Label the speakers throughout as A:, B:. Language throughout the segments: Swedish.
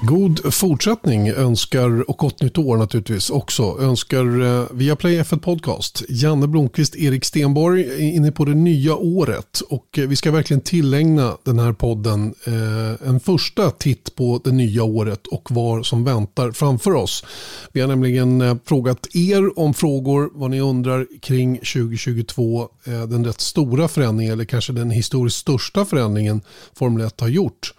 A: God fortsättning önskar, och gott nytt år naturligtvis också, önskar Viaplay F1 Podcast. Janne Blomqvist, Erik Stenborg är inne på det nya året och vi ska verkligen tillägna den här podden en första titt på det nya året och vad som väntar framför oss. Vi har nämligen frågat er om frågor, vad ni undrar kring 2022, den rätt stora förändringen eller kanske den historiskt största förändringen Formel 1 har gjort.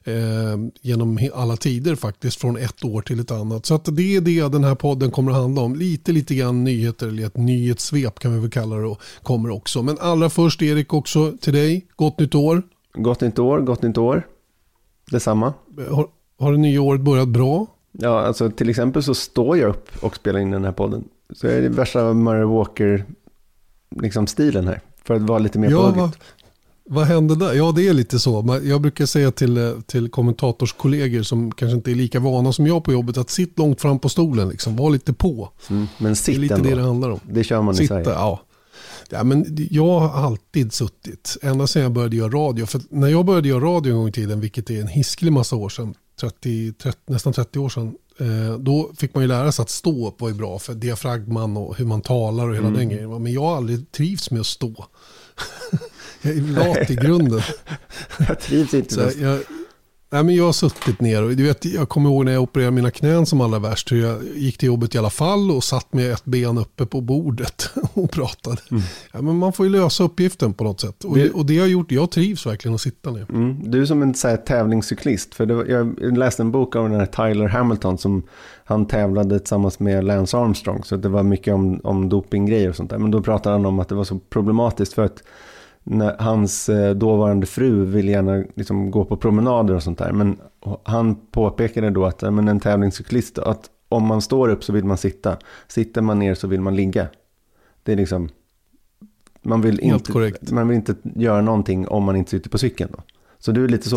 A: Genom alla tider faktiskt, från ett år till ett annat. Så att det är det den här podden kommer att handla om. Lite grann nyheter, eller ett nyhetssvep kan vi väl kalla det, och kommer också. Men allra först, Erik, också till dig. Gott nytt år.
B: Gott nytt år. Detsamma.
A: Har det nya året börjat bra?
B: Ja, alltså till exempel så står jag upp och spelar in den här podden. Så är det värsta Murray Walker liksom stilen här. För att vara lite mer pågigt.
A: Vad hände där? Ja, det är lite så. Jag brukar säga till kommentatorskollegor som kanske inte är lika vana som jag på jobbet att sitt långt fram på stolen. Liksom. Var lite på.
B: Men sitt
A: det är lite
B: ändå.
A: det handlar om.
B: Det kör man i Sverige.
A: Ja, men jag har alltid suttit. Ända sedan jag började göra radio. För när jag började göra radio en gång i tiden, vilket är en hisklig massa år sedan, nästan 30 år sedan, då fick man ju lära sig att stå upp var ju bra för diafragman och hur man talar och hela den grejen. Men jag har aldrig trivs med att stå. Jag är lat i grunden.
B: Jag trivs inte med
A: jag har suttit ner och du vet, jag kommer ihåg när jag opererade mina knän som allra värst, hur jag gick till jobbet i alla fall och satt med ett ben uppe på bordet och pratade. Ja, men man får ju lösa uppgiften på något sätt. Och det har gjort, jag trivs verkligen att sitta ner.
B: Du är som en så här tävlingscyklist. För jag läste en bok av den här Tyler Hamilton som han tävlade tillsammans med Lance Armstrong. Så det var mycket om dopinggrejer och sånt där. Men då pratade han om att det var så problematiskt för att när hans dåvarande fru ville gärna liksom gå på promenader och sånt där. Men han påpekade då att en tävlingscyklist, att om man står upp så vill man sitta. Sitter man ner så vill man ligga. Det är liksom, man vill inte göra någonting om man inte sitter på cykeln då. Så du är lite så.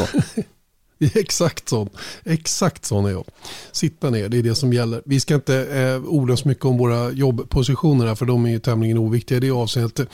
A: Exakt sån är jag. Sitta ner, det är det som gäller. Vi ska inte orda oss mycket om våra jobbpositioner här, för de är ju tämligen oviktiga i det avseendet.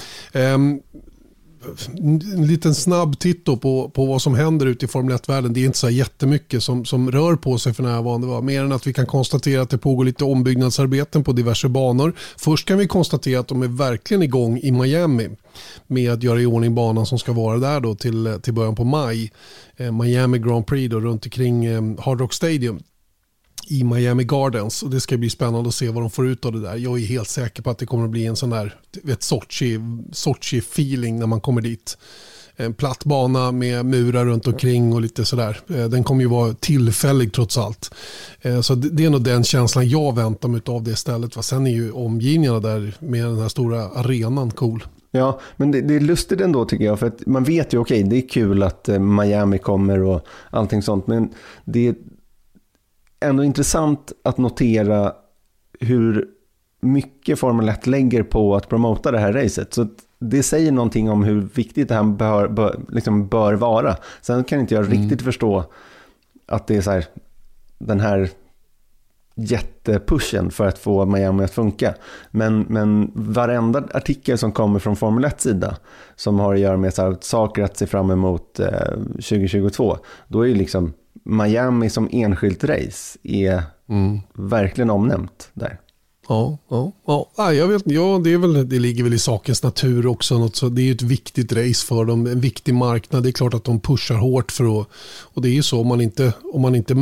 A: En liten snabb titt då på vad som händer ute i Formel 1-världen. Det är inte så jättemycket som rör på sig för närvarande. Mer än att vi kan konstatera att det pågår lite ombyggnadsarbeten på diverse banor. Först kan vi konstatera att de är verkligen igång i Miami med att göra i ordning banan som ska vara där då till början på maj. Miami Grand Prix då, runt omkring Hard Rock Stadium i Miami Gardens, och det ska bli spännande att se vad de får ut av det där. Jag är helt säker på att det kommer att bli en sån där Sochi-feeling när man kommer dit. En platt bana med murar runt omkring och lite sådär. Den kommer ju vara tillfällig trots allt. Så det är nog den känslan jag väntar mig av det stället. Sen är ju omgivningarna där med den här stora arenan cool.
B: Ja, men det är lustigt ändå tycker jag, för att man vet ju okej, det är kul att Miami kommer och allting sånt, men det är ändå intressant att notera hur mycket Formel 1 lägger på att promota det här racet. Så det säger någonting om hur viktigt det här bör vara. Sen kan inte jag riktigt förstå att det är så här, den här jättepushen för att få Miami att funka. Men varenda artikel som kommer från Formel 1 sida som har att göra med så här, saker att se fram emot 2022, då är ju liksom Miami som enskilt race är verkligen omnämnt där.
A: Ja, jag vet, det ligger väl i sakens natur också. Det är ju ett viktigt race för dem, en viktig marknad. Det är klart att de pushar hårt för att, och det är ju så, om man inte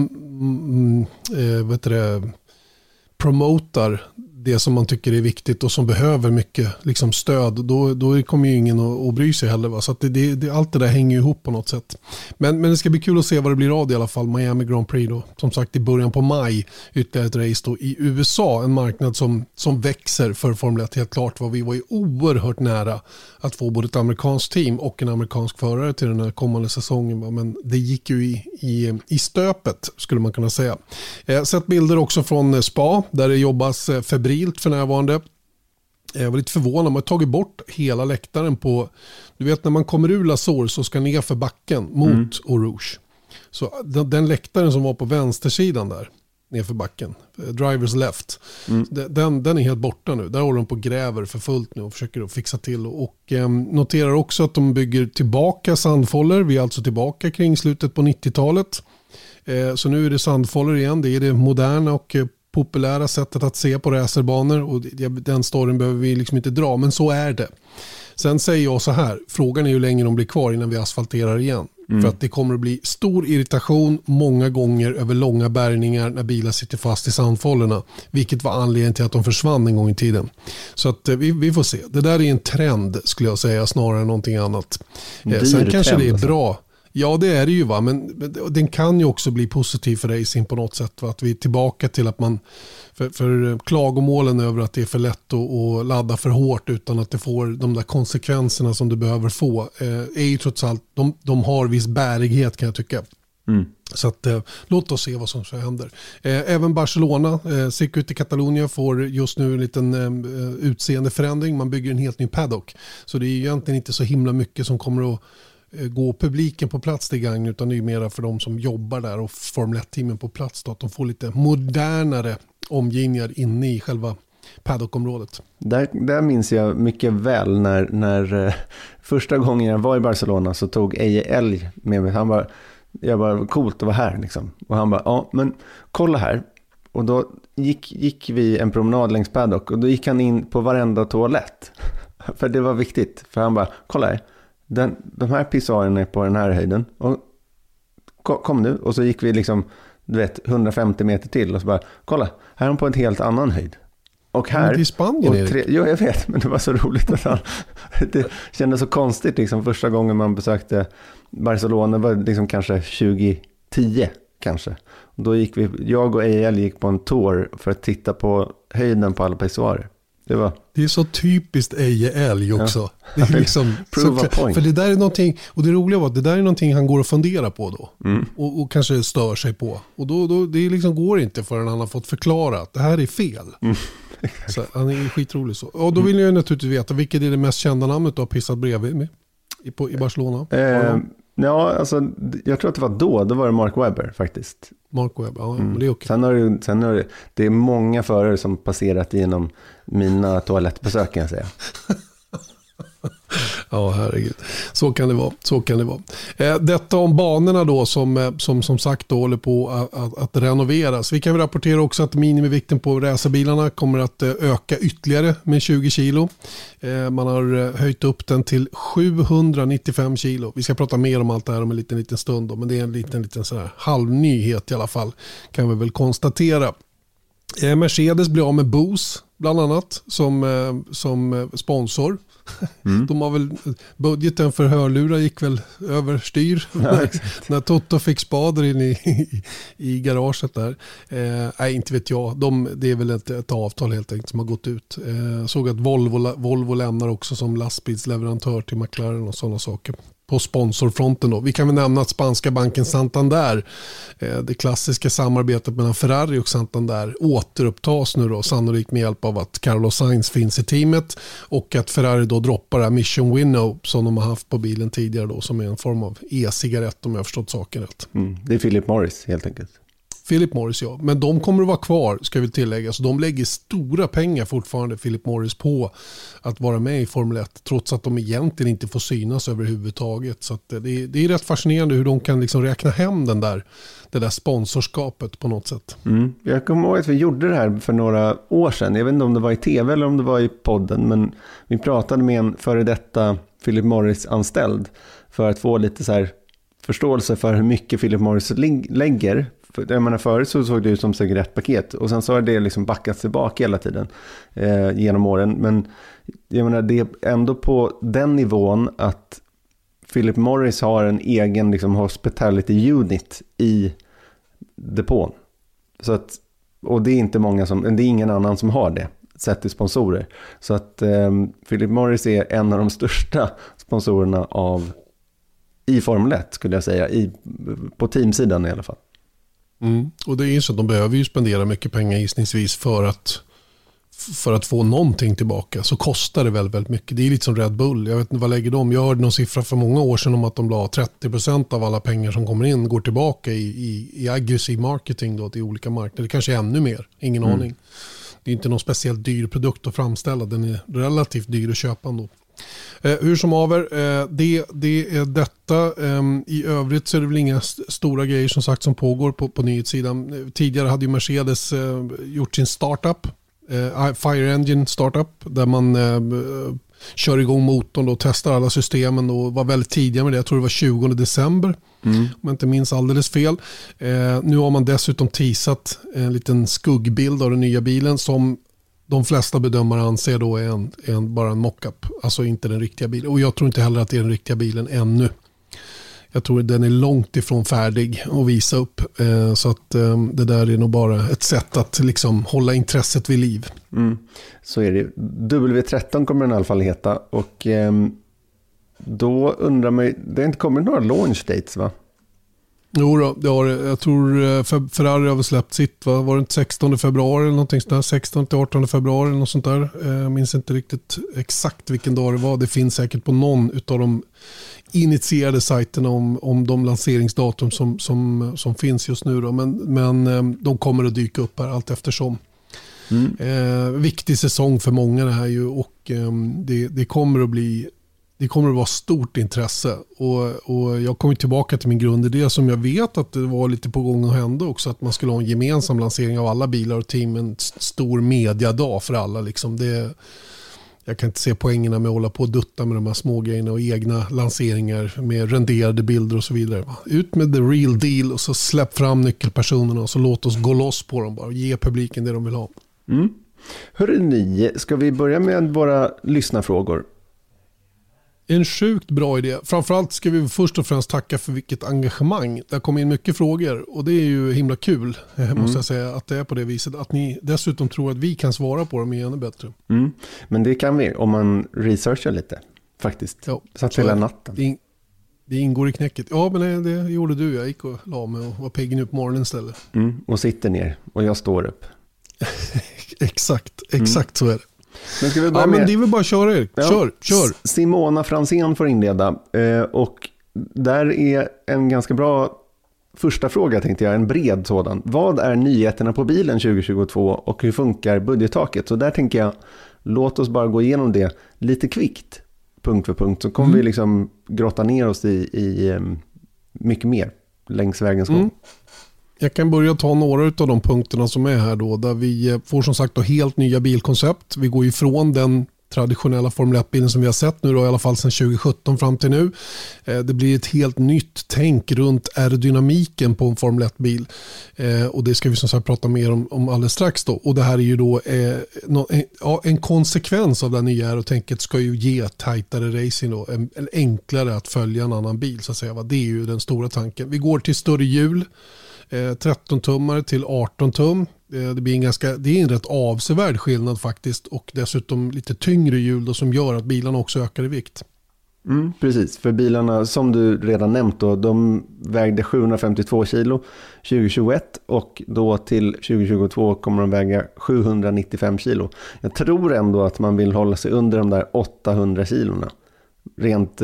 A: promotar det som man tycker är viktigt och som behöver mycket liksom stöd, då kommer ju ingen att bry sig heller. Va? Så att allt det där hänger ju ihop på något sätt. Men det ska bli kul att se vad det blir av det i alla fall. Miami Grand Prix då, som sagt i början på maj, ytterligare ett race då i USA, en marknad som växer för Formel 1 helt klart. Vi var ju oerhört nära att få både ett amerikanskt team och en amerikansk förare till den här kommande säsongen. Va? Men det gick ju i stöpet skulle man kunna säga. Sett bilder också från Spa där det jobbas febrilt för närvarande. Jag var lite förvånad, man har tagit bort hela läktaren på, du vet när man kommer ur La Source och ska ner för backen mot Eau Rouge. Så den läktaren som var på vänstersidan där nerför backen, drivers left, den är helt borta nu. Där håller de på och gräver för fullt nu och försöker att fixa till. Och noterar också att de bygger tillbaka sandfållor. Vi är alltså tillbaka kring slutet på 90-talet. Så nu är det sandfållor igen. Det är det moderna och populära sättet att se på racerbanor. Och den storyn behöver vi liksom inte dra, men så är det. Sen säger jag så här, frågan är hur länge de blir kvar innan vi asfalterar igen. För att det kommer att bli stor irritation många gånger över långa bärgningar när bilar sitter fast i sandfållorna. Vilket var anledningen till att de försvann en gång i tiden. Så att vi får se. Det där är en trend skulle jag säga snarare än någonting annat. Sen kanske det är bra. Ja, det är det ju, va, men den kan ju också bli positiv för racing på något sätt, va? Att vi är tillbaka till att man för klagomålen över att det är för lätt att ladda för hårt utan att det får de där konsekvenserna som du behöver få är ju trots allt, de har viss bärighet kan jag tycka. Så att, låt oss se vad som händer. Även Barcelona, Circuit i Catalunya får just nu en liten utseendeförändring. Man bygger en helt ny paddock. Så det är egentligen inte så himla mycket som kommer att gå publiken på plats till gang, utan det är mera för de som jobbar där och Formel 1-teamen på plats då, att de får lite modernare omgivningar inne i själva paddockområdet.
B: Där minns jag mycket väl när första gången jag var i Barcelona så tog Eje Elg med mig. Jag bara, coolt att vara här liksom. Och han bara, ja men kolla här. Och då gick vi en promenad längs paddock och då gick han in på varenda toalett. För det var viktigt. För han bara, kolla här. De här pissoarerna är på den här höjden. Och kom nu. Och så gick vi liksom, 150 meter till och så bara, kolla, här är de på en helt annan höjd. Och här...
A: Men i Spanien,
B: jo, jag vet, men det var så roligt att det kändes så konstigt liksom första gången man besökte Barcelona var liksom kanske 2010 kanske. Och då gick jag och EL gick på en tour för att titta på höjden på alla pissoarer. Det är
A: så typiskt Eje Älg också.
B: Ja.
A: Det är liksom, för det där är någonting, och det roliga var att det där är någonting han går och funderar på då. Och kanske stör sig på. Och då det liksom går inte förrän han har fått förklara att det här är fel. Så han är skitrolig så. Och då vill jag naturligtvis veta, vilket är det mest kända namnet du har pissat bredvid med i Barcelona?
B: Ja, alltså jag tror att det var då var det Mark Webber faktiskt.
A: Mark Webber, ja, men det är okej.
B: Sen har det är många förare som passerat genom mina toalettbesök kan jag säga.
A: Ja, herregud. Så kan det vara. Detta om banorna då som sagt då håller på att renoveras. Vi kan väl rapportera också att minimivikten på racerbilarna kommer att öka ytterligare med 20 kilo. Man har höjt upp den till 795 kilo. Vi ska prata mer om allt det här om en liten stund då, men det är en liten så här halvnyhet i alla fall, kan vi väl konstatera. Mercedes blir av med Bose bland annat som sponsor. De har väl, budgeten för hörlurar gick väl överstyr när Toto fick spader in i garaget där. Nej, inte vet jag. Det är väl ett avtal helt enkelt som har gått ut. Såg att Volvo lämnar också som lastbilsleverantör till McLaren och sådana saker. På sponsorfronten då. Vi kan väl nämna att spanska banken Santander, det klassiska samarbetet mellan Ferrari och Santander, återupptas nu då, sannolikt med hjälp av att Carlos Sainz finns i teamet och att Ferrari då droppar Mission Winnow som de har haft på bilen tidigare då, som är en form av e-cigarett om jag har förstått saken rätt.
B: Det är Philip Morris helt enkelt.
A: Philip Morris, ja. Men de kommer att vara kvar, ska vi tillägga. Så de lägger stora pengar fortfarande, Philip Morris, på att vara med i Formel 1. Trots att de egentligen inte får synas överhuvudtaget. Så att det är rätt fascinerande hur de kan liksom räkna hem det där sponsorskapet på något sätt.
B: Jag kommer ihåg att vi gjorde det här för några år sedan. Jag vet inte om det var i tv eller om det var i podden. Men vi pratade med en före detta Philip Morris-anställd för att få lite så här förståelse för hur mycket Philip Morris lägger. Jag menar, förut så såg det ut som cigarettpaket och sen så har det liksom backats tillbaka hela tiden genom åren. Men jag menar, det är ändå på den nivån att Philip Morris har en egen liksom hospitality unit i depån. Så att, och det är inte många det är ingen annan som har det sett till sponsorer. Så att Philip Morris är en av de största sponsorerna i Formel 1 skulle jag säga, på teamsidan i alla fall.
A: Och det är ju så att de behöver ju spendera mycket pengar gissningsvis för att få någonting tillbaka, så kostar det väldigt mycket. Det är lite som Red Bull, jag vet inte vad lägger de. Jag hörde någon siffra för många år sedan om att de la 30% av alla pengar som kommer in går tillbaka i aggressiv marketing då, till olika marknader. Det kanske är ännu mer, ingen aning. Det är inte någon speciellt dyr produkt att framställa, den är relativt dyr att köpa ändå. Hur som haver, det är detta. I övrigt så är det väl inga stora grejer som sagt som pågår på nyhetssidan. Tidigare hade ju Mercedes gjort sin startup, Fire Engine startup, där man kör igång motorn och testar alla systemen och var väldigt tidiga med det. Jag tror det var 20 december. Om jag inte minns alldeles fel. Nu har man dessutom teasat en liten skuggbild av den nya bilen som de flesta bedömare anser då är bara en mockup. Alltså inte den riktiga bilen. Och jag tror inte heller att det är den riktiga bilen ännu. Jag tror att den är långt ifrån färdig att visa upp. Så att det där är nog bara ett sätt att liksom hålla intresset vid liv.
B: Så är det. W13 kommer den i alla fall heta. Och då undrar man, det har inte kommit några launch dates, va?
A: Jo då, det har det. Jag tror Ferrari har väl släppt sitt, va? Var det inte 16 februari eller någonting sånt där? 16 till 18 februari eller något sånt där. Jag minns inte riktigt exakt vilken dag det var. Det finns säkert på någon av de initierade sajterna om de lanseringsdatum som finns just nu då. Men de kommer att dyka upp här allt eftersom. Viktig säsong för många det här ju, och det kommer att vara stort intresse, och jag kommer tillbaka till min grundidé som jag vet att det var lite på gång att hända också, att man skulle ha en gemensam lansering av alla bilar och team, en stor mediadag för alla liksom. Jag kan inte se poängerna med att hålla på och dutta med de här små grejerna och egna lanseringar med renderade bilder och så vidare. Ut med the real deal och så släpp fram nyckelpersonerna och så låt oss gå loss på dem bara och ge publiken det de vill ha.
B: Hörru ni, ska vi börja med våra lyssnarfrågor?
A: En sjukt bra idé. Framförallt ska vi först och främst tacka för vilket engagemang. Det har kommit in mycket frågor och det är ju himla kul, måste jag säga, att det är på det viset. Att ni dessutom tror att vi kan svara på dem är ännu bättre.
B: Men det kan vi om man researchar lite, faktiskt.
A: Ja,
B: satt hela natten.
A: Det ingår i knäcket. Ja, men det gjorde du. Jag gick och la mig och var pigg nu på morgonen istället.
B: Och sitter ner och jag står upp.
A: Exakt så är det.
B: Men ska vi börja
A: men det är väl bara att köra, Erik. Kör.
B: Simona Fransén får inleda. Och där är en ganska bra första fråga, tänkte jag. En bred sådan. Vad är nyheterna på bilen 2022 och hur funkar budgettaket? Så där tänker jag, låt oss bara gå igenom det lite kvickt, punkt för punkt. Så kommer vi liksom grotta ner oss i mycket mer längs vägens gång.
A: Jag kan börja ta några av de punkterna som är här då, där vi får som sagt då helt nya bilkoncept. Vi går ifrån den traditionella Formel 1-bilen som vi har sett nu då, i alla fall sedan 2017 fram till nu. Det blir ett helt nytt tänk runt aerodynamiken på en Formel 1-bil. Och det ska vi som sagt prata mer om alldeles strax då. Och det här är ju då en konsekvens av det nya aerotänket, ska ju ge tajtare racing då, enklare att följa en annan bil så att säga. Det är ju den stora tanken. Vi går till större hjul. 13-tummare till 18 tum. Det är en rätt avsevärd skillnad faktiskt, och dessutom lite tyngre hjul då, som gör att bilarna också ökar i vikt.
B: Precis, för bilarna som du redan nämnt då, de vägde 752 kilo 2021 och då till 2022 kommer de väga 795 kilo. Jag tror ändå att man vill hålla sig under de där 800 kilorna. Rent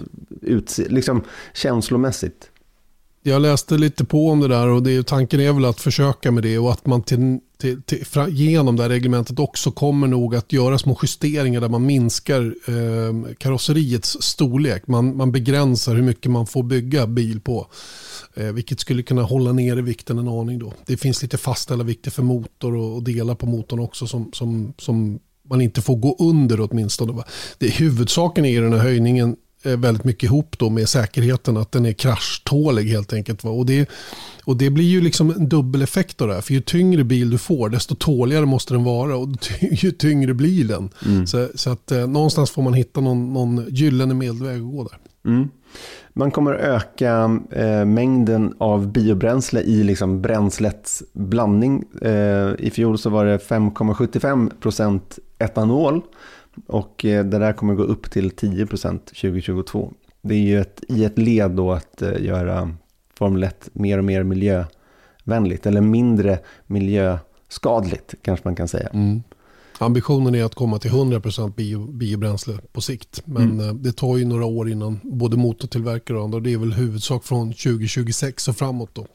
B: liksom känslomässigt.
A: Jag läste lite på om det där, och tanken är väl att försöka med det, och att man genom det här reglementet också kommer nog att göra små justeringar där man minskar karosseriets storlek. Man begränsar hur mycket man får bygga bil på, vilket skulle kunna hålla ner i vikten en aning då. Det finns lite fastställda vikter för motor och delar på motorn också som man inte får gå under åtminstone. Huvudsaken är den här höjningen väldigt mycket ihop då med säkerheten, att den är kraschtålig helt enkelt. Och det blir ju liksom en dubbeleffekt av det här. För ju tyngre bil du får, desto tåligare måste den vara, och ju tyngre blir den. Så att någonstans får man hitta någon gyllene medelväg att gå där.
B: Man kommer öka mängden av biobränsle i liksom bränslets blandning. I fjol så var det 5,75% etanol. Och det där kommer gå upp till 10% 2022. Det är ju i ett led då att göra Formel 1 mer och mer miljövänligt, eller mindre miljöskadligt kanske man kan säga.
A: Ambitionen är att komma till 100% biobränsle på sikt. Men det tar ju några år innan både motortillverkare och andra. Det är väl huvudsak från 2026 och framåt då.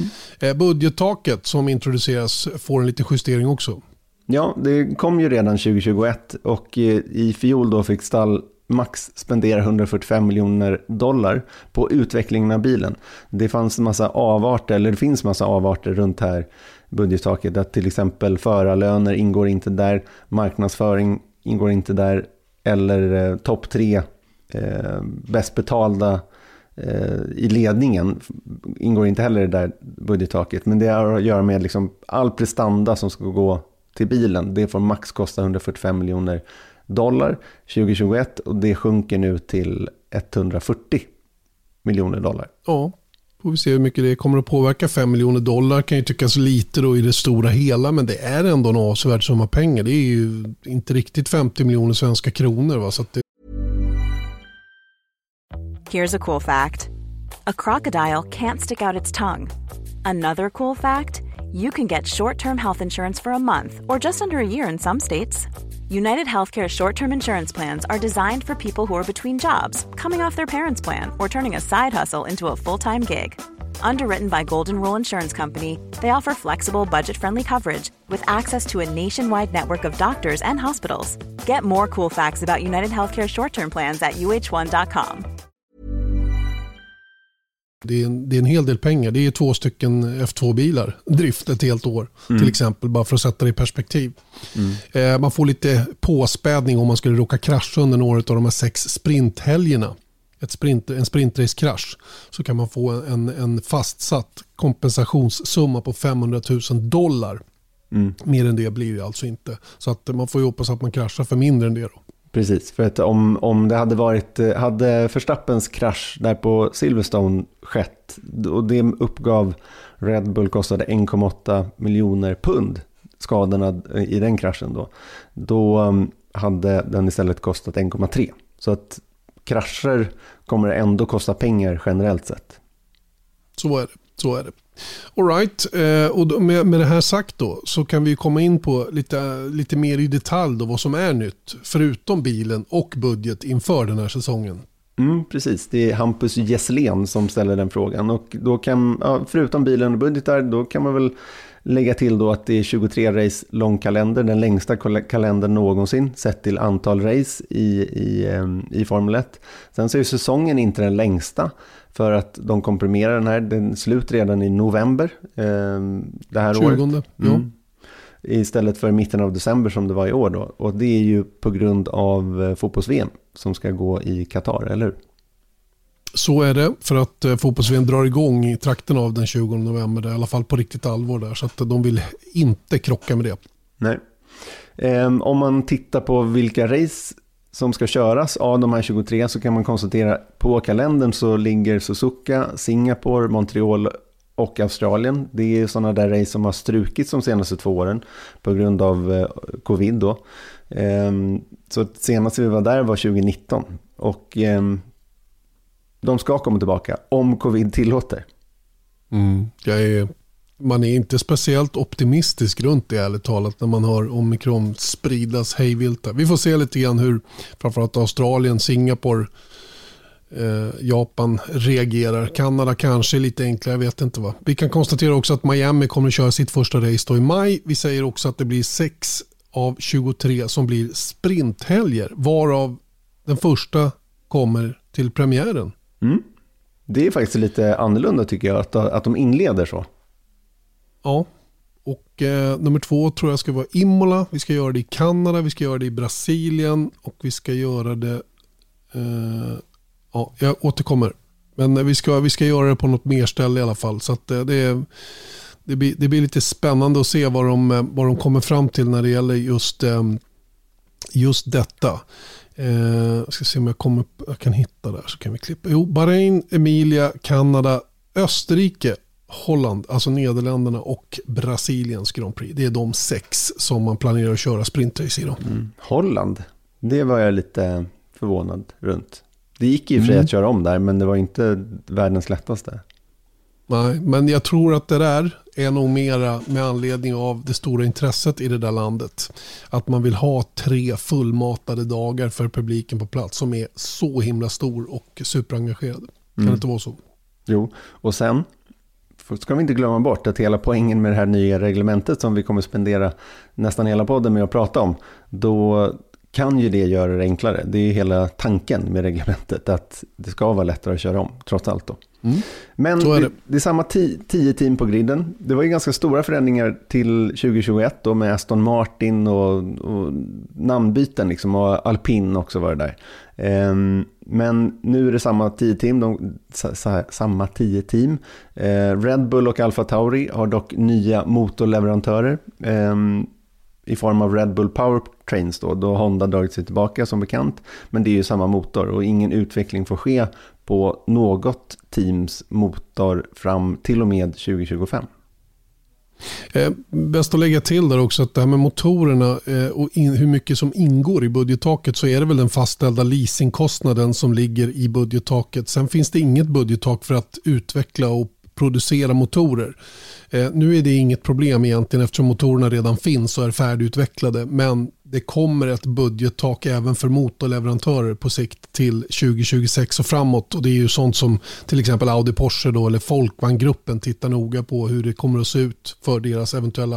A: Budgettaket som introduceras får en liten justering också.
B: Ja, det kom ju redan 2021 och i fjol då fick stall max spendera $145 miljoner på utvecklingen av bilen. Det fanns en massa avarter, eller det finns massa avarter runt här budgettaket, att till exempel förarlöner ingår inte där, marknadsföring ingår inte där, eller topp 3 bäst betalda i ledningen ingår inte heller i det där budgettaket. Men det har att göra med liksom all prestanda som ska gå till bilen. Det får max kosta $145 miljoner 2021 och det sjunker nu till $140 miljoner.
A: Ja, får vi se hur mycket det kommer att påverka. $5 miljoner kan ju tyckas lite då i det stora hela, men det är ändå en avsevärd summa pengar. Det är ju inte riktigt 50 miljoner svenska kronor. Va? Så att det...
C: Here's a cool fact. A crocodile can't stick out its tongue. Another cool fact, you can get short-term health insurance for a month or just under a year in some states. United Healthcare short-term insurance plans are designed for people who are between jobs, coming off their parents' plan, or turning a side hustle into a full-time gig. Underwritten by Golden Rule Insurance Company, they offer flexible, budget-friendly coverage with access to a nationwide network of doctors and hospitals. Get more cool facts about United Healthcare short-term plans at uh1.com.
A: Det är en hel del pengar. Det är 2 stycken F2-bilar. Drift ett helt år till exempel. Bara för att sätta det i perspektiv. Man får lite påspädning om man skulle råka krascha under några av de här 6 sprinthelgerna. En sprintrace-krasch. Så kan man få en fastsatt kompensationssumma på $500,000. Mer än det blir det alltså inte. Så att man får ju hoppas att man kraschar för mindre än det då.
B: Precis, för att om det hade Verstappens krasch där på Silverstone skett och det uppgav Red Bull kostade 1,8 miljoner pund skadorna i den kraschen då hade den istället kostat 1,3. Så att krascher kommer ändå kosta pengar generellt sett.
A: Så är det. All right. Och med det här sagt då så kan vi komma in på lite mer i detalj då vad som är nytt förutom bilen och budget inför den här säsongen.
B: Precis, det är Hampus Gesslén som ställer den frågan och då kan, förutom bilen och budgetar, då kan man väl lägga till då att det är 23 race lång kalender, den längsta kalendern någonsin sett till antal race i Formel 1. Sen så är säsongen inte den längsta för att de komprimerar den här, den slut redan i november det här
A: 20,
B: året.
A: Ja.
B: Istället för mitten av december som det var i år då. Och det är ju på grund av fotbolls-VM som ska gå i Qatar, eller hur?
A: Så är det, för att fotbolls-VM drar igång i trakten av den 20 november, där, i alla fall på riktigt allvar där, så att de vill inte krocka med det.
B: Nej. Om man tittar på vilka race som ska köras av de här 23 så kan man konstatera på kalendern så ligger Suzuka, Singapore, Montreal och Australien. Det är sådana där race som har strukits de senaste 2 åren på grund av covid då. Så senast vi var där var 2019 och de ska komma tillbaka om covid tillåter.
A: Man är inte speciellt optimistisk runt det, ärligt talat, när man har omikron spridas hejvilt. Vi får se lite grann hur framförallt Australien, Singapore, Japan reagerar. Kanada kanske är lite enklare, jag vet inte vad. Vi kan konstatera också att Miami kommer att köra sitt första race då i maj. Vi säger också att det blir 6 av 23 som blir sprinthelger, varav den första kommer till premiären.
B: Det är faktiskt lite annorlunda tycker jag att de inleder så.
A: Ja, och nummer 2 tror jag ska vara Imola. Vi ska göra det i Kanada, vi ska göra det i Brasilien och vi ska göra det... jag återkommer. Men vi ska göra det på något mer ställe i alla fall. Så att det blir lite spännande att se vad de kommer fram till när det gäller just detta. Jag ska se om jag kan hitta där så kan vi klippa. Bahrain, Emilia, Kanada, Österrike, Holland, alltså Nederländerna och Brasiliens Grand Prix. Det är de 6 som man planerar att köra sprintrace i då.
B: Holland, det var jag lite förvånad runt. Det gick ju för att köra om där, men det var inte världens lättaste.
A: Nej, men jag tror att det där är nog mera med anledning av det stora intresset i det där landet. Att man vill ha 3 fullmatade dagar för publiken på plats som är så himla stor och superengagerad. Kan det inte vara så?
B: Jo, och sen ska vi inte glömma bort att hela poängen med det här nya reglementet som vi kommer spendera nästan hela podden med att prata om, då kan ju det göra det enklare. Det är ju hela tanken med reglementet, att det ska vara lättare att köra om, trots allt då. Men det är samma 10 team på griden. Det var ju ganska stora förändringar till 2021 då, med Aston Martin och namnbyten liksom, och Alpine också var det där. Men nu är det samma 10 team. Samma 10 team. Red Bull och Alfa Tauri har dock nya motorleverantörer i form av Red Bull Powertrains då Honda dragit sig tillbaka som bekant. Men det är ju samma motor och ingen utveckling får ske på något teams motor fram till och med 2025.
A: Bäst att lägga till där också att det här med motorerna och hur mycket som ingår i budgettaket, så är det väl den fastställda leasingkostnaden som ligger i budgettaket. Sen finns det inget budgettak för att utveckla och producera motorer. Nu är det inget problem egentligen eftersom motorerna redan finns och är färdigutvecklade, men det kommer ett budgettak även för motorleverantörer på sikt till 2026 och framåt, och det är ju sånt som till exempel Audi, Porsche då, eller Volkswagen-gruppen tittar noga på hur det kommer att se ut för deras eventuella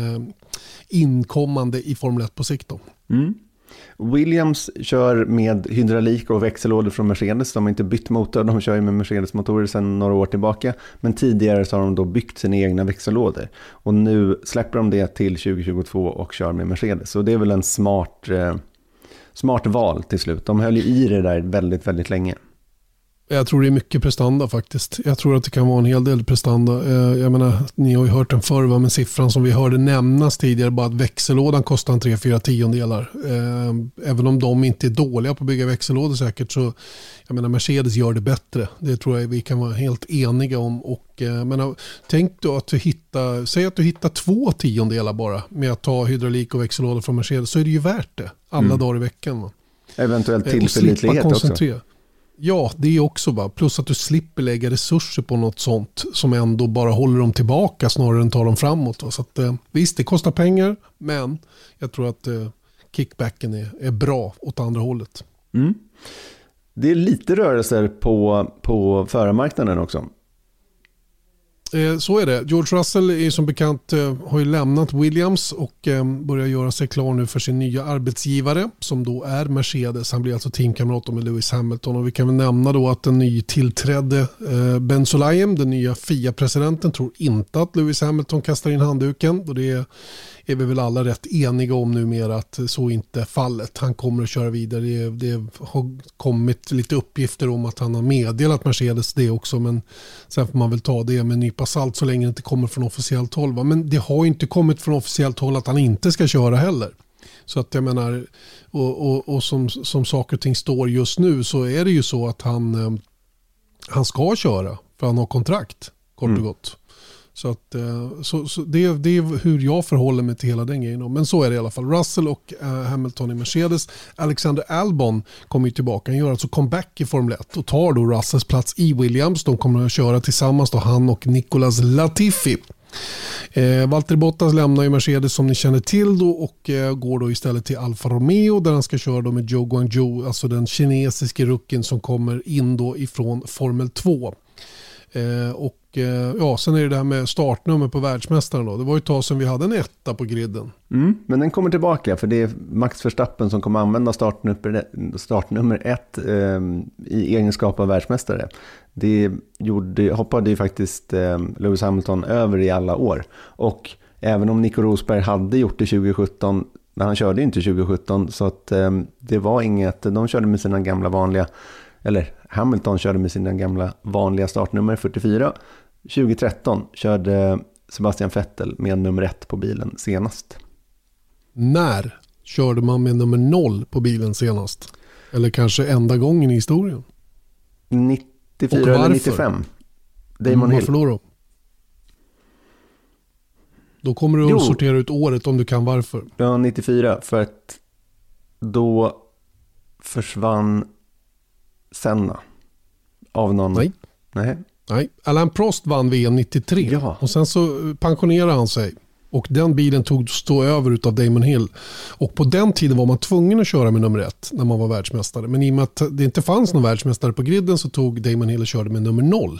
A: inkommande i Formel 1 på sikt då.
B: Williams kör med hydraulik och växellådor från Mercedes. De har inte bytt motor, de kör ju med Mercedes-motorer sedan några år tillbaka. Men tidigare så har de då byggt sina egna växellådor. Och nu släpper de det till 2022 och kör med Mercedes. Så det är väl en smart val till slut. De höll ju i det där väldigt, väldigt länge.
A: Jag tror det är mycket prestanda faktiskt. Jag tror att det kan vara en hel del prestanda. Jag menar, ni har ju hört den förr, men siffran som vi hörde nämnas tidigare, bara att växellådan kostar 3-4 tiondelar. Även om de inte är dåliga på att bygga växellådor säkert, så jag menar, Mercedes gör det bättre. Det tror jag vi kan vara helt eniga om. Och men tänk då att säg att du hittar 2 tiondelar bara med att ta hydraulik och växellådor från Mercedes, så är det ju värt det alla dagar i veckan. Va?
B: Eventuellt tillförlitlighet också.
A: Ja, det är också bara. Plus att du slipper lägga resurser på något sånt som ändå bara håller dem tillbaka snarare än tar dem framåt. Så att, visst, det kostar pengar, men jag tror att kickbacken är bra åt andra hållet.
B: Det är lite rörelser på förarmarknaden också.
A: Så är det. George Russell är som bekant har ju lämnat Williams och börjar göra sig klar nu för sin nya arbetsgivare som då är Mercedes. Han blir alltså teamkamrat med Lewis Hamilton, och vi kan väl nämna då att den nytillträdde Ben Sulayem, den nya FIA-presidenten, tror inte att Lewis Hamilton kastar in handduken, och det är vi väl alla rätt eniga om numera att så inte är fallet. Han kommer att köra vidare. Det har kommit lite uppgifter om att han har meddelat Mercedes det också, men sen får man väl ta det med en nypa salt så länge det inte kommer från officiellt håll. Va? Men det har inte kommit från officiellt håll att han inte ska köra heller. Så att jag menar, och som saker och ting står just nu, så är det ju så att han ska köra för han har kontrakt, kort och gott. Så att så det är hur jag förhåller mig till hela den grejen. Men så är det i alla fall. Russell och Hamilton i Mercedes. Alexander Albon kommer ju tillbaka. Han gör alltså comeback i Formel 1 och tar då Russells plats i Williams. De kommer att köra tillsammans då, han och Nicolas Latifi. Valtteri Bottas lämnar ju Mercedes som ni känner till då, och går då istället till Alfa Romeo där han ska köra då med Zhou Guangzhou, alltså den kinesiske rucken som kommer in då ifrån Formel 2. Sen är det här med startnummer på världsmästaren då. Det var ju ett tag sedan vi hade en 1 på griden.
B: Men den kommer tillbaka, för det är Max Verstappen som kommer använda startnummer 1 i egenskap av världsmästare. Det hoppade ju faktiskt Lewis Hamilton över i alla år. Och även om Nico Rosberg hade gjort det 2017, men han körde inte 2017, så att det var inget, de körde med sina gamla vanliga, eller Hamilton körde med sina gamla vanliga startnummer 44. 2013 körde Sebastian Vettel med nummer 1 på bilen senast. När
A: körde man med nummer 0 på bilen senast? Eller kanske enda gången i historien?
B: 94 eller 95. Damon Hill.
A: Varför då kommer du att sortera ut året om du kan varför.
B: Ja, 94, för att då försvann Senna av någon. Nej. Alain
A: Prost vann VM 93 och sen så pensionerade han sig, och den bilen tog stå över utav Damon Hill, och på den tiden var man tvungen att köra med nummer 1 när man var världsmästare, men i och med att det inte fanns någon världsmästare på griden så tog Damon Hill och körde med nummer 0.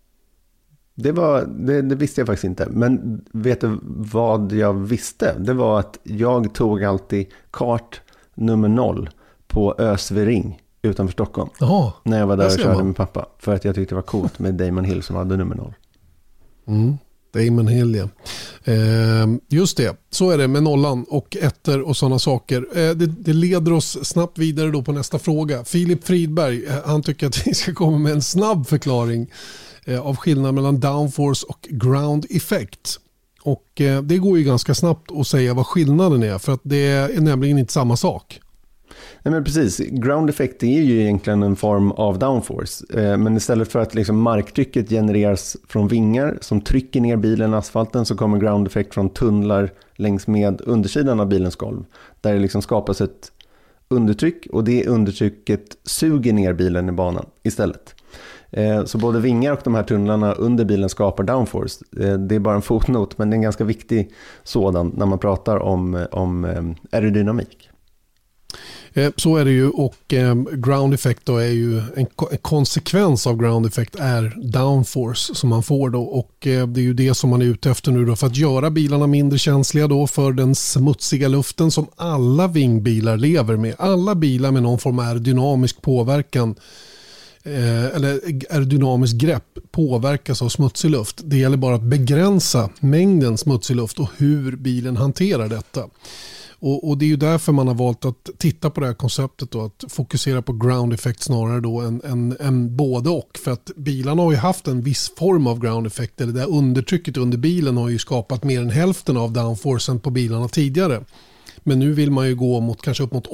B: Det visste jag faktiskt inte, men vet du vad jag visste? Det var att jag tog alltid kart nummer 0 på Ösvering utanför Stockholm.
A: Jaha,
B: när jag var där och körde med pappa. För att jag tyckte det var coolt med Damon Hill som hade nummer 0.
A: Damon Hill, ja. Just det, så är det med nollan och ettor och sådana saker. Det leder oss snabbt vidare då på nästa fråga. Filip Fridberg, han tycker att vi ska komma med en snabb förklaring av skillnaden mellan downforce och ground effect. Och det går ju ganska snabbt att säga vad skillnaden är, för att det är nämligen inte samma sak.
B: Nej, men precis. Ground effect är ju egentligen en form av downforce. Men istället för att liksom marktrycket genereras från vingar som trycker ner bilen i asfalten, så kommer ground effect från tunnlar längs med undersidan av bilens golv. Där det liksom skapas ett undertryck, och det undertrycket suger ner bilen i banan istället. Så både vingar och de här tunnlarna under bilen skapar downforce. Det är bara en fotnot, men det är en ganska viktig sådan när man pratar om aerodynamik.
A: Så är det ju, och ground effect då är ju en konsekvens av ground effect är downforce som man får då, och det är ju det som man är ute efter nu då, för att göra bilarna mindre känsliga då för den smutsiga luften som alla vingbilar lever med. Alla bilar med någon form av aerodynamisk påverkan eller aerodynamisk grepp påverkas av smutsig luft. Det gäller bara att begränsa mängden smutsig luft och hur bilen hanterar detta. Och det är ju därför man har valt att titta på det här konceptet då, att fokusera på ground effect snarare då än både och. För att bilarna har ju haft en viss form av ground effect, eller det här undertrycket under bilen har ju skapat mer än hälften av downforcen på bilarna tidigare. Men nu vill man ju gå mot kanske upp mot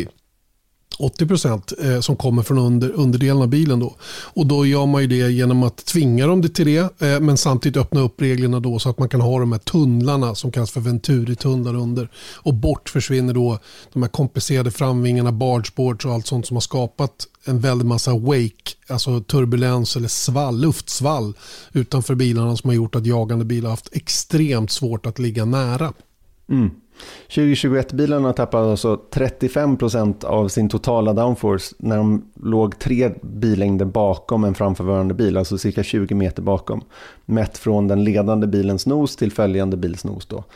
A: 80% som kommer från underdelen av bilen då. Och då gör man ju det genom att tvinga dem till det, men samtidigt öppna upp reglerna då så att man kan ha de här tunnlarna som kallas för Venturi-tunnlar under. Och bort försvinner då de här komplicerade framvingarna, bargeboards och allt sånt som har skapat en väldig massa wake, alltså turbulens eller luftsvall utanför bilarna, som har gjort att jagande bilar har haft extremt svårt att ligga nära.
B: 2021-bilarna tappade alltså 35% av sin totala downforce när de låg 3 billängder bakom en framförvarande bil, alltså cirka 20 meter bakom, mätt från den ledande bilens nos till följande bils nos då.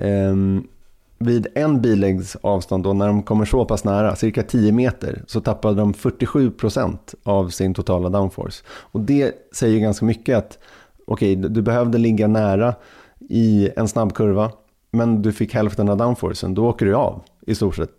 B: Vid en billängds avstånd då, när de kommer så pass nära, cirka 10 meter, så tappade de 47% av sin totala downforce. Och det säger ganska mycket att okej, du behövde ligga nära i en snabb kurva, men du fick hälften av downforcen, då åker du av i stort sett.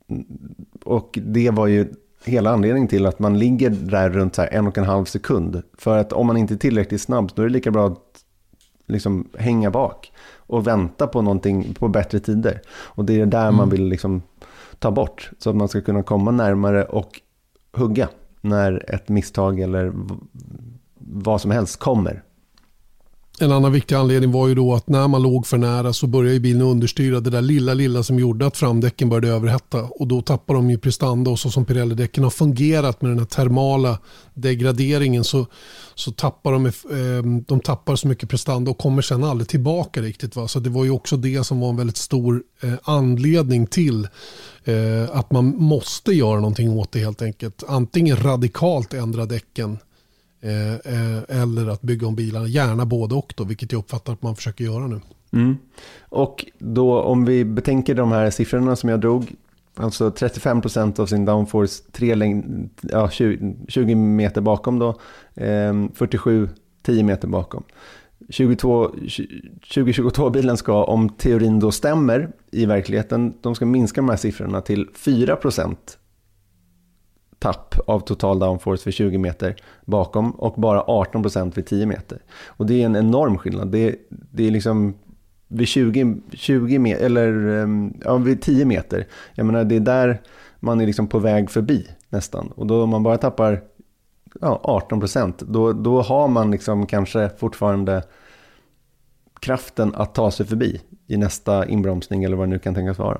B: Och det var ju hela anledningen till att man ligger där runt så här 1,5 sekund. För att om man inte är tillräckligt snabb, då är det lika bra att liksom hänga bak och vänta på någonting, på bättre tider. Och det är där man vill liksom ta bort, så att man ska kunna komma närmare och hugga när ett misstag eller vad som helst kommer.
A: En annan viktig anledning var ju då att när man låg för nära så började bilen understyra det där lilla som gjorde att framdäcken började överhetta, och då tappar de ju prestanda, och så som Pirelli-däcken har fungerat med den här termala degraderingen så tappar de tappar så mycket prestanda och kommer sen aldrig tillbaka riktigt, va? Så det var ju också det som var en väldigt stor anledning till att man måste göra någonting åt det helt enkelt. Antingen radikalt ändra däcken eller att bygga om bilarna, gärna både och då, vilket jag uppfattar att man försöker göra nu.
B: Och då om vi betänker de här siffrorna som jag drog, alltså 35% av sin downforce 20 meter bakom då, 47 10 meter bakom. 2022-bilen ska, om teorin då stämmer i verkligheten, de ska minska de här siffrorna till 4% tapp av total downforce vid 20 meter bakom och bara 18% vid 10 meter. Och det är en enorm skillnad. Det är liksom vid 20 meter eller vid 10 meter. Jag menar, det är där man är liksom på väg förbi nästan. Och då om man bara tappar 18%, då har man liksom kanske fortfarande kraften att ta sig förbi i nästa inbromsning eller vad det nu kan tänkas vara.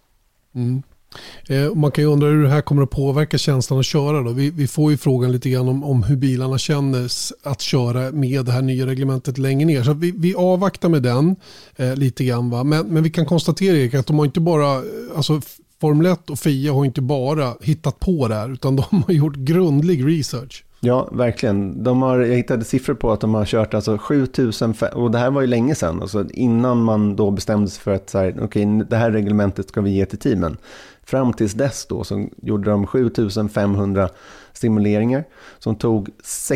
A: Man kan ju undra hur det här kommer att påverka känslan att köra då. Vi får ju frågan lite grann om hur bilarna känns att köra med det här nya reglementet längre ner. Så vi avvaktar med den lite grann, va? Men vi kan konstatera, Erik, att de har inte bara, alltså Formel 1 och FIA har inte bara hittat på det här, utan de har gjort grundlig research.
B: Ja, verkligen. Jag hittade siffror på att de har kört alltså 7000, och det här var ju länge sedan, alltså innan man då bestämde sig för att så här, okej, det här reglementet ska vi ge till teamen. Fram tills dess då så gjorde de 7500 simuleringar som tog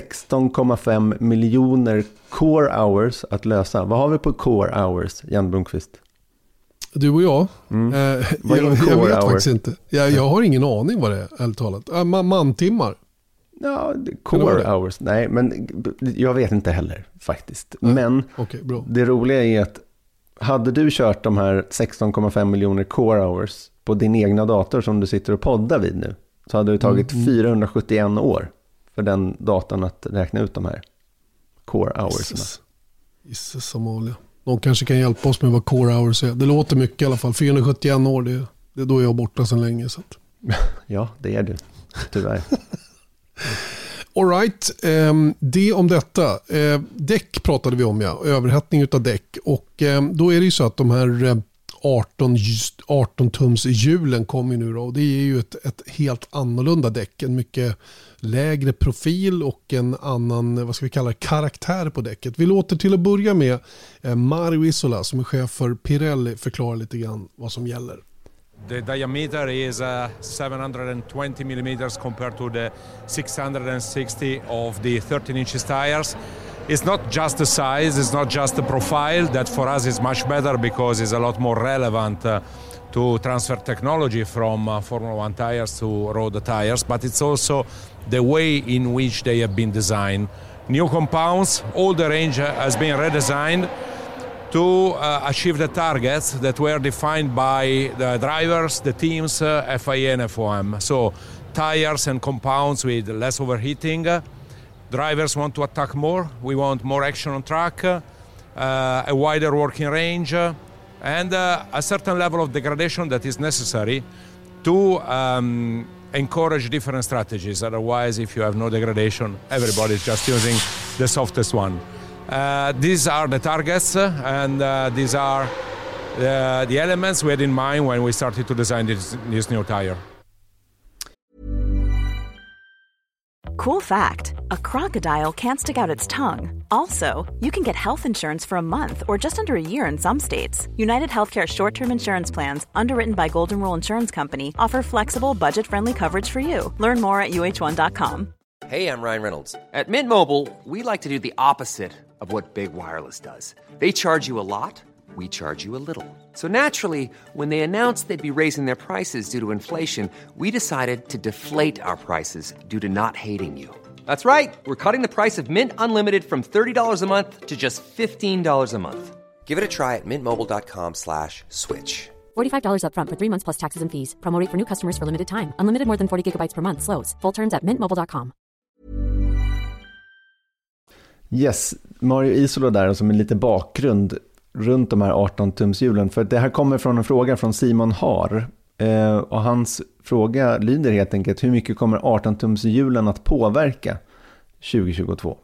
B: 16,5 miljoner core hours att lösa. Vad har vi på core hours, Jan Blomqvist?
A: Du och jag? Jag vet
B: hour?
A: Faktiskt inte. Jag har ingen aning vad det är, ärligt talat. Mantimmar.
B: Ja, core hours. Nej, men jag vet inte heller faktiskt. Men
A: okay, bra.
B: Det roliga är att hade du kört de här 16,5 miljoner core hours på din egna dator som du sitter och poddar vid nu, så hade det tagit 471 år för den datorn att räkna ut de här core hoursna.
A: Gissas som vanligt. De kanske kan hjälpa oss med vad core hours är. Det låter mycket i alla fall. 471 år, det är då jag är borta sedan länge. Så att.
B: Ja, det är du. Tyvärr.
A: All right. Det om detta. Däck pratade vi om, ja. Överhettning utav däck. Och då är det ju så att de här 18-tums hjulen kommer nu då. Och det är ju ett helt annorlunda däck. En mycket lägre profil och en annan, vad ska vi kalla det, karaktär på däcket. Vi låter till att börja med Mario Isola som är chef för Pirelli förklara lite grann vad som gäller.
D: The diameter is 720 millimeters compared to the 660 of the 13 inches tires. It's not just the size, it's not just the profile, that for us is much better because it's a lot more relevant to transfer technology from Formula One tires to road tires, but it's also the way in which they have been designed. New compounds, all the range has been redesigned to achieve the targets that were defined by the drivers, the teams, FIA and FOM. So tires and compounds with less overheating. Drivers want to attack more. We want more action on track, a wider working range, and a certain level of degradation that is necessary to encourage different strategies. Otherwise, if you have no degradation, everybody's just using the softest one. These are the targets and these are the elements we had in mind when we started to design this new tire.
C: Cool fact, a crocodile can't stick out its tongue. Also, you can get health insurance for a month or just under a year in some states. United Healthcare short-term insurance plans, underwritten by Golden Rule Insurance Company, offer flexible, budget-friendly coverage for you. Learn more at uh1.com.
E: Hey, I'm Ryan Reynolds. At Mint Mobile, we like to do the opposite of what Big Wireless does. They charge you a lot, we charge you a little. So naturally, when they announced they'd be raising their prices due to inflation, we decided to deflate our prices due to not hating you. That's right. We're cutting the price of Mint Unlimited from $30 a month to just $15 a month. Give it a try at mintmobile.com/switch.
F: $45 up front for 3 months plus taxes and fees. Promo rate for new customers for limited time. Unlimited more than 40 gigabytes per month. Slows full terms at mintmobile.com.
B: Yes, Mario Isola där som en lite bakgrund runt de här 18-tumshjulen. För det här kommer från en fråga från Simon Har. Och hans fråga lyder helt enkelt: hur mycket kommer 18-tumshjulen att påverka 2022?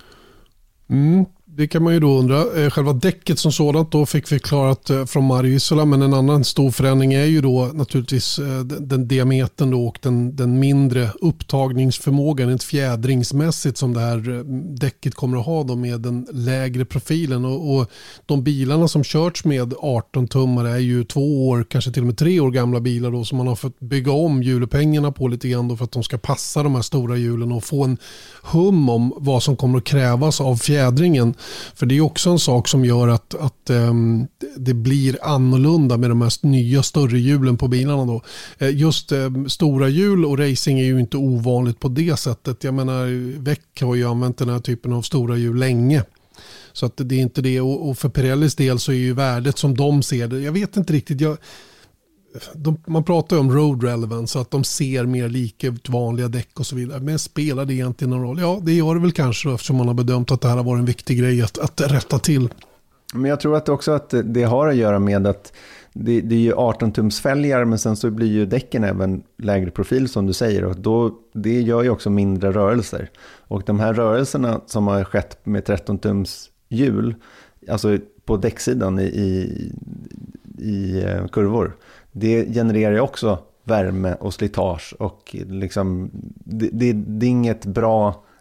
A: Det kan man ju då undra. Själva däcket som sådant då fick vi klarat från Mario Isola, men en annan stor förändring är ju då naturligtvis den diametern då och den mindre upptagningsförmågan, ett fjädringsmässigt som det här däcket kommer att ha då med den lägre profilen. Och de bilarna som körts med 18-tummare är ju 2 år, kanske till och med 3 år gamla bilar då, som man har fått bygga om hjulupphängerna på lite grann då för att de ska passa de här stora hjulen och få en hum om vad som kommer att krävas av fjädringen. För det är också en sak som gör att det blir annorlunda med de här nya större hjulen på bilarna då. Just stora hjul och racing är ju inte ovanligt på det sättet. Jag menar, Veck har ju använt den här typen av stora hjul länge. Så att det är inte det. Och för Pirellis del så är ju värdet som de ser det. Jag vet inte riktigt. Man pratar ju om road relevance, så att de ser mer lika ut vanliga däck och så vidare. Men spelar det egentligen någon roll? Ja, det gör det väl kanske då, eftersom man har bedömt att det här har varit en viktig grej att rätta till. Men
B: jag tror att också att det har att göra med att det är ju 18-tumsfälgar, men sen så blir ju däcken även lägre profil som du säger, och det gör ju också mindre rörelser. Och de här rörelserna som har skett med 13-tums hjul, alltså på däcksidan i kurvor, det genererar ju också värme och slitage, och liksom det är inget bra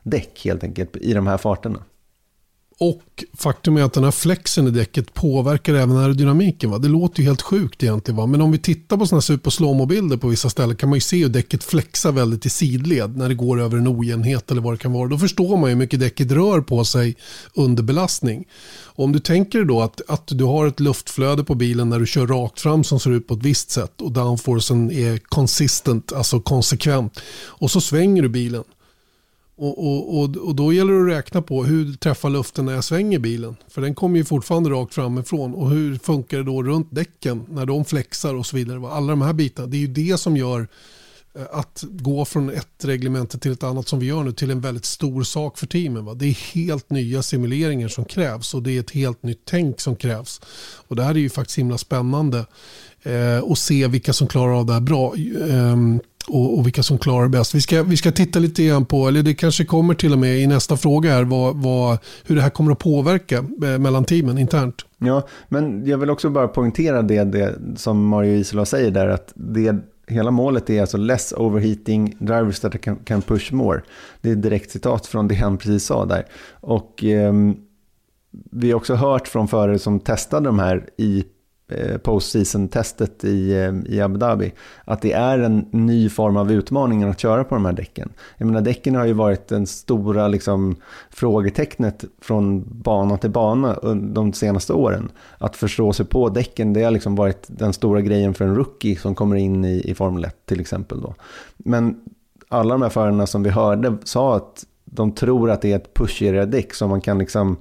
B: däck helt enkelt i de här farterna.
A: Och faktum är att den här flexen i däcket påverkar även aerodynamiken. Va? Det låter ju helt sjukt egentligen. Va? Men om vi tittar på sådana här super slow-mo-bilder på vissa ställen kan man ju se hur däcket flexar väldigt i sidled när det går över en ojämnhet eller vad det kan vara. Då förstår man ju hur mycket däcket rör på sig under belastning. Och om du tänker då att du har ett luftflöde på bilen när du kör rakt fram som ser ut på ett visst sätt och downforcen är consistent, alltså konsekvent. Och så svänger du bilen. Och då gäller det att räkna på hur träffar luften när jag svänger bilen. För den kommer ju fortfarande rakt framifrån. Och hur funkar det då runt däcken när de flexar och så vidare. Alla de här bitarna, det är ju det som gör att gå från ett reglemente till ett annat som vi gör nu till en väldigt stor sak för teamen. Va? Det är helt nya simuleringar som krävs och det är ett helt nytt tänk som krävs. Och det här är ju faktiskt himla spännande att se vilka som klarar av det här bra. Och vilka som klarar bäst. Vi ska titta lite grann på, eller det kanske kommer till och med i nästa fråga här, hur det här kommer att påverka mellan teamen internt. Ja,
B: men jag vill också bara poängtera det som Mario Isola säger där, att hela målet är alltså less overheating, drivers that can push more. Det är direkt citat från det han precis sa där. Och vi har också hört från förare som testade de här i postseason-testet i Abu Dhabi att det är en ny form av utmaning att köra på de här däcken. Jag menar, däcken har ju varit den stora liksom, frågetecknet från bana till bana de senaste åren. Att förstå sig på däcken, det har liksom varit den stora grejen för en rookie som kommer in i Formel 1 till exempel då. Men alla de här förarna som vi hörde sa att de tror att det är ett pushigare däck som man kan liksom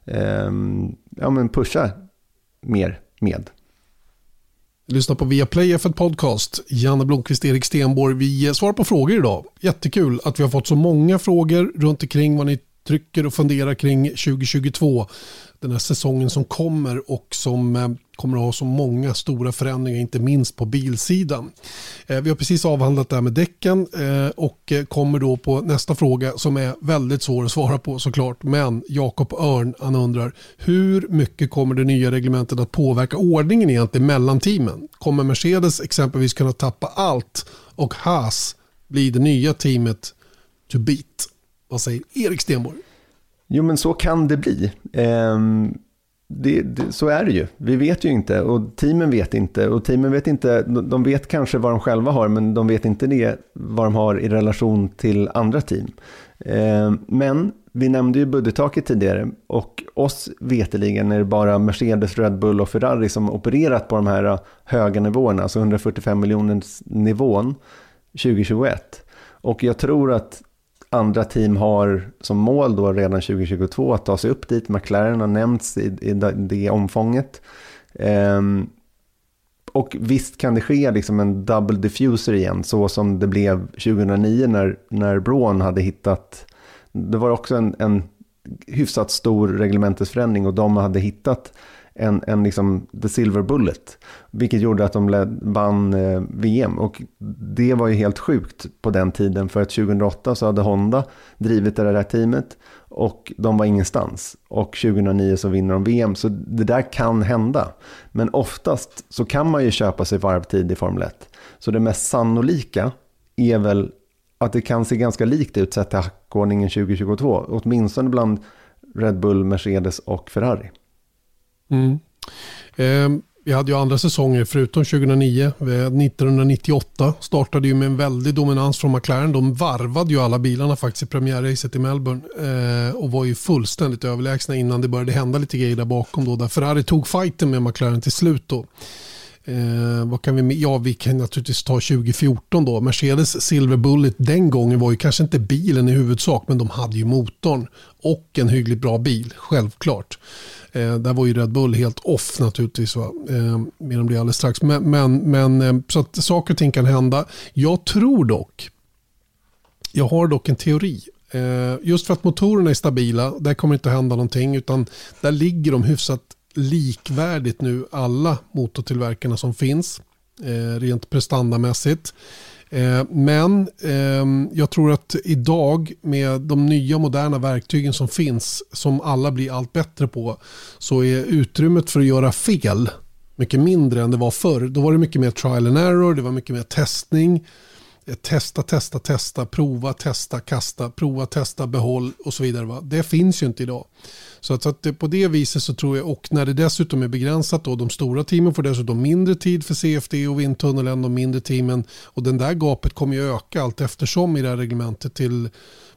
B: pusha mer med.
A: Lyssna på Viaplay F1 Podcast. Janne Blomqvist, Erik Stenborg. Vi svarar på frågor idag. Jättekul att vi har fått så många frågor runt omkring vad ni trycker och funderar kring 2022. Den här säsongen som kommer och som kommer att ha så många stora förändringar, inte minst på bilsidan. Vi har precis avhandlat det här med däcken och kommer då på nästa fråga som är väldigt svår att svara på såklart. Men Jakob Örn, han undrar, hur mycket kommer det nya reglementet att påverka ordningen egentligen mellan teamen? Kommer Mercedes exempelvis kunna tappa allt och Haas blir det nya teamet to beat? Vad säger Erik Stenborg?
B: Jo, men så kan det bli. Så är det ju. Vi vet ju inte och teamen vet inte. Och teamen vet inte, de vet kanske vad de själva har, men de vet inte det vad de har i relation till andra team. Men vi nämnde ju budgettaket tidigare och oss veteligen är det bara Mercedes, Red Bull och Ferrari som opererat på de här höga nivåerna, alltså 145 miljoners nivån 2021. Och jag tror att andra team har som mål då redan 2022 att ta sig upp dit. McLaren har nämnts i det omfånget. Och visst kan det ske liksom en double diffuser igen, så som det blev 2009 när Braun hade hittat. Det var också en hyfsat stor reglementesförändring och de hade hittat en liksom the silver bullet, vilket gjorde att de vann VM. Och det var ju helt sjukt på den tiden, för att 2008 så hade Honda drivit det där teamet och de var ingenstans, och 2009 så vinner de VM. Så det där kan hända, men oftast så kan man ju köpa sig varvtid i Formel 1. Så det mest sannolika är väl att det kan se ganska likt ut sett till hackordningen 2022, åtminstone bland Red Bull, Mercedes och Ferrari.
A: Vi hade ju andra säsonger förutom 2009. 1998 startade ju med en väldig dominans från McLaren. De varvade ju alla bilarna faktiskt i premiärracet i Melbourne och var ju fullständigt överlägsna innan det började hända lite grejer där bakom då, där Ferrari tog fighten med McLaren till slut då. Vad kan vi kan naturligtvis ta 2014 då. Mercedes Silver Bullet den gången var ju kanske inte bilen i huvudsak, men de hade ju motorn och en hyggligt bra bil, självklart. Där var ju Red Bull helt off naturligtvis, va? Mer om det alldeles strax. Men så att saker och ting kan hända. Jag har dock en teori. Just för att motorerna är stabila, där kommer inte att hända någonting, utan där ligger de hyfsat likvärdigt nu, alla motortillverkarna som finns rent prestandamässigt. Men jag tror att idag med de nya moderna verktygen som finns, som alla blir allt bättre på, så är utrymmet för att göra fel mycket mindre än det var förr. Då var det mycket mer trial and error, det var mycket mer testning. testa, prova, testa, kasta, prova, testa, behåll och så vidare. Va? Det finns ju inte idag. Så att det, på det viset så tror jag, och när det dessutom är begränsat då, de stora teamen får dessutom mindre tid för CFD och vindtunnel än de mindre teamen, och den där gapet kommer ju öka allt eftersom i det här reglementet till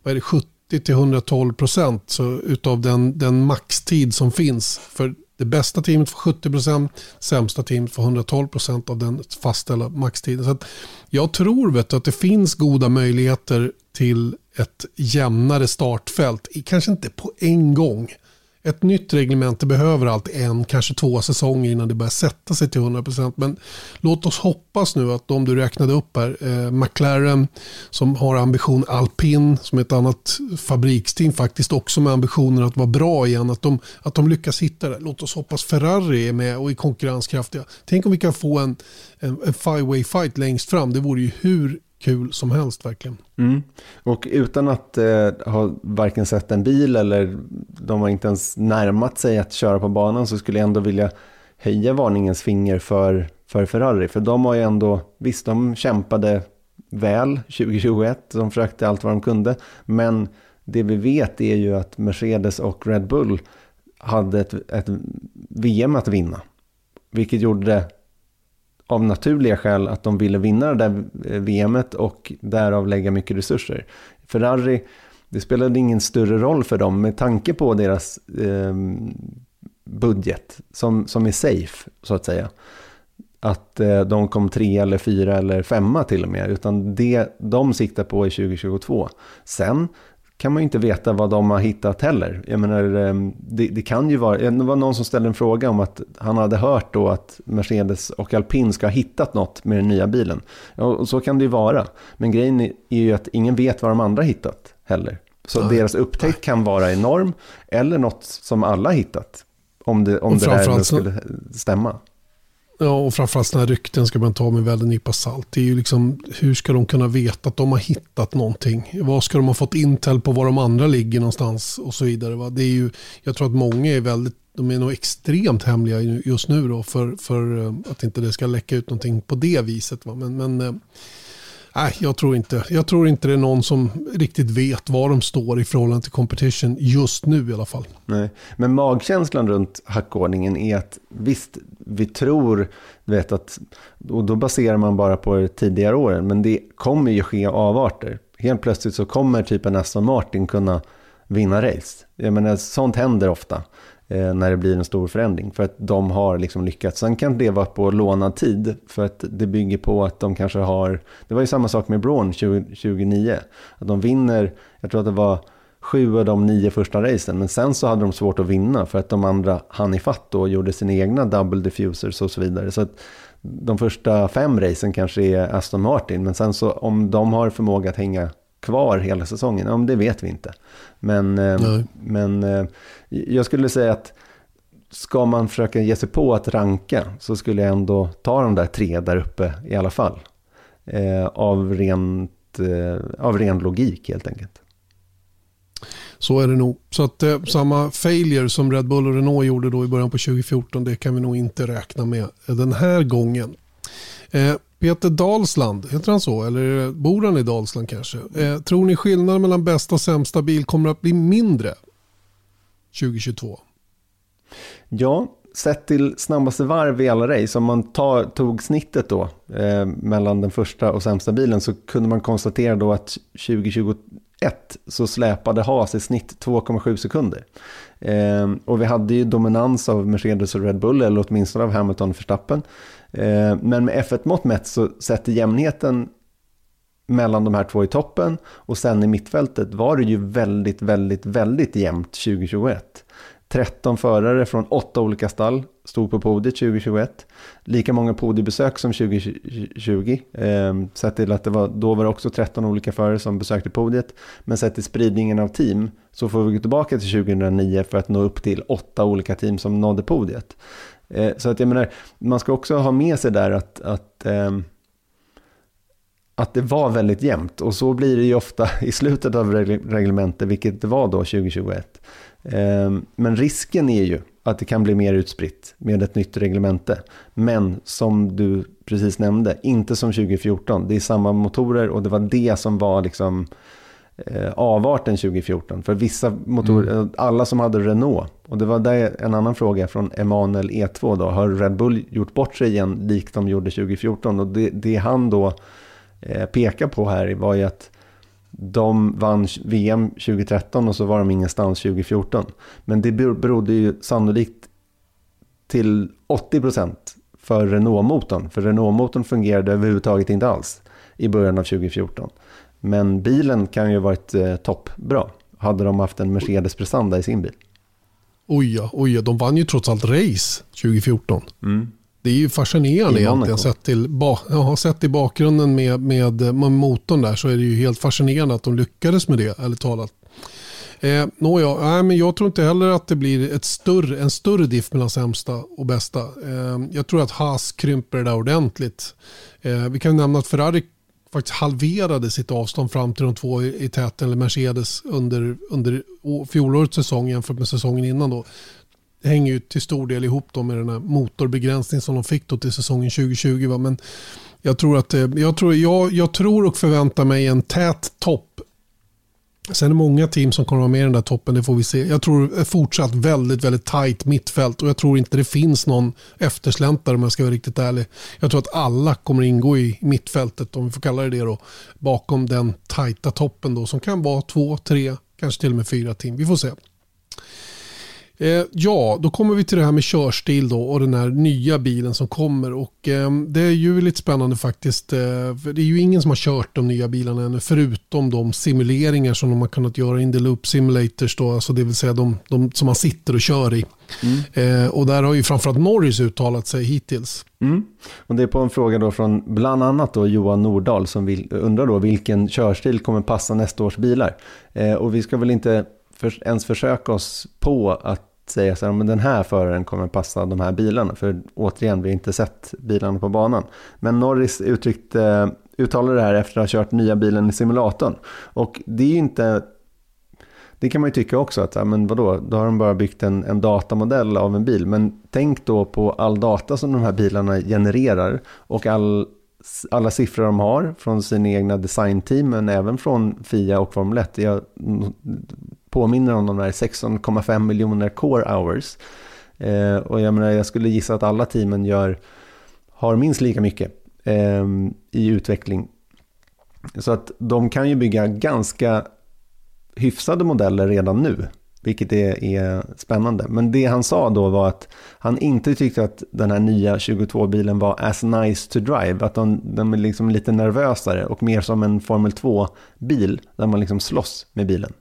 A: 70-112% så utav den maxtid som finns. För det bästa teamet får 70%, sämsta teamet får 112% av den fastställda maxtiden. Så att jag tror att det finns goda möjligheter till ett jämnare startfält. Kanske inte på en gång. Ett nytt reglement behöver alltid kanske 2 säsonger innan det börjar sätta sig till 100%. Men låt oss hoppas nu att de du räknade upp här, McLaren som har ambition, Alpine som är ett annat fabriksteam faktiskt också med ambitioner att vara bra igen, att de lyckas hitta det. Låt oss hoppas Ferrari är med och är konkurrenskraftiga. Tänk om vi kan få en five-way fight längst fram. Det vore ju hur kul som helst verkligen.
B: Och utan att ha varken sett en bil eller de har inte ens närmat sig att köra på banan, så skulle jag ändå vilja höja varningens finger för Ferrari. För de har ju ändå, visst de kämpade väl 2021, de försökte allt vad de kunde, men det vi vet är ju att Mercedes och Red Bull hade ett VM att vinna, vilket gjorde det av naturliga skäl att de ville vinna det där VMet och därav lägga mycket resurser. Ferrari, det spelade ingen större roll för dem med tanke på deras budget som är safe så att säga. Att de kom 3 eller 4 eller 5 till och med, utan det de siktar på i 2022. Sen kan man ju inte veta vad de har hittat heller. Jag menar, det kan ju vara, det var någon som ställde en fråga om att han hade hört då att Mercedes och Alpine ska ha hittat något med den nya bilen. Ja, och så kan det ju vara. Men grejen är ju att ingen vet vad de andra hittat heller. Så deras upptäckt kan vara enorm eller något som alla hittat. Om det här skulle stämma.
A: Ja, och framförallt sådana här rykten ska man ta med väldigt nypa salt. Det är ju liksom, hur ska de kunna veta att de har hittat någonting? Vad ska de ha fått intel på var de andra ligger någonstans och så vidare. Va? Det är ju, jag tror att många är de är nog extremt hemliga just nu då för att inte det ska läcka ut någonting på det viset. Va? Men nej, jag tror inte det är någon som riktigt vet var de står i förhållande till competition just nu i alla fall.
B: Nej, men magkänslan runt hackordningen är att visst, vi tror, du vet att, och då baserar man bara på tidigare åren, men det kommer ju ske avarter. Helt plötsligt så kommer typ en Aston Martin kunna vinna race. Jag menar, sånt händer ofta när det blir en stor förändring, för att de har liksom lyckats. Sen kan det vara på lånad tid, för att det bygger på att de kanske har, det var ju samma sak med Braun 2009, att de vinner, jag tror att det var 7 av de 9 första racen, men sen så hade de svårt att vinna för att de andra hann ifatt och gjorde sina egna double diffusers och så vidare. Så att de första 5 racen kanske är Aston Martin, men sen så om de har förmåga att hänga kvar hela säsongen, det vet vi inte. Men jag skulle säga att ska man försöka ge sig på att ranka, så skulle jag ändå ta de där 3 där uppe i alla fall. Av ren logik helt enkelt.
A: Så är det nog. Så att samma failure som Red Bull och Renault gjorde då i början på 2014, det kan vi nog inte räkna med den här gången. Peter Dalsland, heter han så? Eller bor han i Dalsland kanske? Tror ni skillnaden mellan bästa och sämsta bil kommer att bli mindre 2022?
B: Ja, sett till snabbaste varv i alla race, om man tog snittet då mellan den första och sämsta bilen, så kunde man konstatera då att 2021 så släpade Haas i snitt 2,7 sekunder. Och vi hade ju dominans av Mercedes och Red Bull, eller åtminstone av Hamilton och Verstappen. Men med F1-mått mätt så sätter jämnheten mellan de här 2 i toppen, och sen i mittfältet var det ju väldigt, väldigt, väldigt jämnt 2021. 13 förare från 8 olika stall stod på podiet 2021. Lika många podiebesök som 2020. Sett till att då var det också 13 olika förare som besökte podiet. Men sett till spridningen av team så får vi gå tillbaka till 2009 för att nå upp till 8 olika team som nådde podiet. Så att jag menar, man ska också ha med sig där att det var väldigt jämnt. Och så blir det ju ofta i slutet av reglementet, vilket det var då 2021. Men risken är ju att det kan bli mer utspritt med ett nytt reglemente. Men som du precis nämnde, inte som 2014. Det är samma motorer och det var det som var liksom avarten 2014. För vissa motorer, alla som hade Renault, och det var där en annan fråga från Emanuel E2 då, har Red Bull gjort bort sig igen likt de gjorde 2014? Och det han då pekar på här var ju att de vann VM 2013 och så var de ingenstans 2014. Men det berodde ju sannolikt till 80% för Renault-motorn. För Renault-motorn fungerade överhuvudtaget inte alls i början av 2014. Men bilen kan ju ha varit toppbra. Hade de haft en Mercedes-prestanda i sin bil.
A: Oj ja, de vann ju trots allt race 2014. Det är ju fascinerande egentligen sett i bakgrunden med motorn där, så är det ju helt fascinerande att de lyckades med det, ärligt talat. Men jag tror inte heller att det blir en större diff mellan sämsta och bästa. Jag tror att Haas krymper det där ordentligt. Vi kan nämna att Ferrari faktiskt halverade sitt avstånd fram till de två i täten, eller Mercedes under fjolårets säsong jämfört med säsongen innan då. Det hänger ju till stor del ihop då med den här motorbegränsningen som de fick då till säsongen 2020. Va? Men jag tror och förväntar mig en tät topp. Sen är det många team som kommer att vara med i den där toppen, det får vi se. Jag tror fortsatt väldigt, väldigt tajt mittfält och jag tror inte det finns någon eftersläntare om jag ska vara riktigt ärlig. Jag tror att alla kommer ingå i mittfältet, om vi får kalla det då, bakom den tajta toppen då, som kan vara 2, 3, kanske till och med 4 team. Vi får se. Då kommer vi till det här med körstil då och den här nya bilen som kommer, och det är ju lite spännande faktiskt, för det är ju ingen som har kört de nya bilarna ännu förutom de simuleringar som de har kunnat göra in the loop simulators då, alltså det vill säga de som man sitter och kör i. Och där har ju framförallt Norris uttalat sig hittills.
B: Och det är på en fråga då från bland annat då Johan Nordahl som undrar då vilken körstil kommer passa nästa års bilar. Och vi ska väl inte ens försöka oss på att säga så här, men den här föraren kommer passa de här bilarna, för återigen, vi har inte sett bilarna på banan. Men Norris uttalade det här efter att ha kört nya bilen i simulatorn. Och det är ju inte, det kan man ju tycka också att, men vadå, då har de bara byggt en datamodell av en bil. Men tänk då på all data som de här bilarna genererar och alla siffror de har från sina egna designteam, men även från FIA och Formel 1. Jag påminner om de där 16,5 miljoner core hours. Och jag menar, jag skulle gissa att alla teamen har minst lika mycket i utveckling. Så att de kan ju bygga ganska hyfsade modeller redan nu, vilket är spännande. Men det han sa då var att han inte tyckte att den här nya 22-bilen var as nice to drive. Att den är liksom lite nervösare och mer som en Formel 2-bil där man liksom slåss med bilen.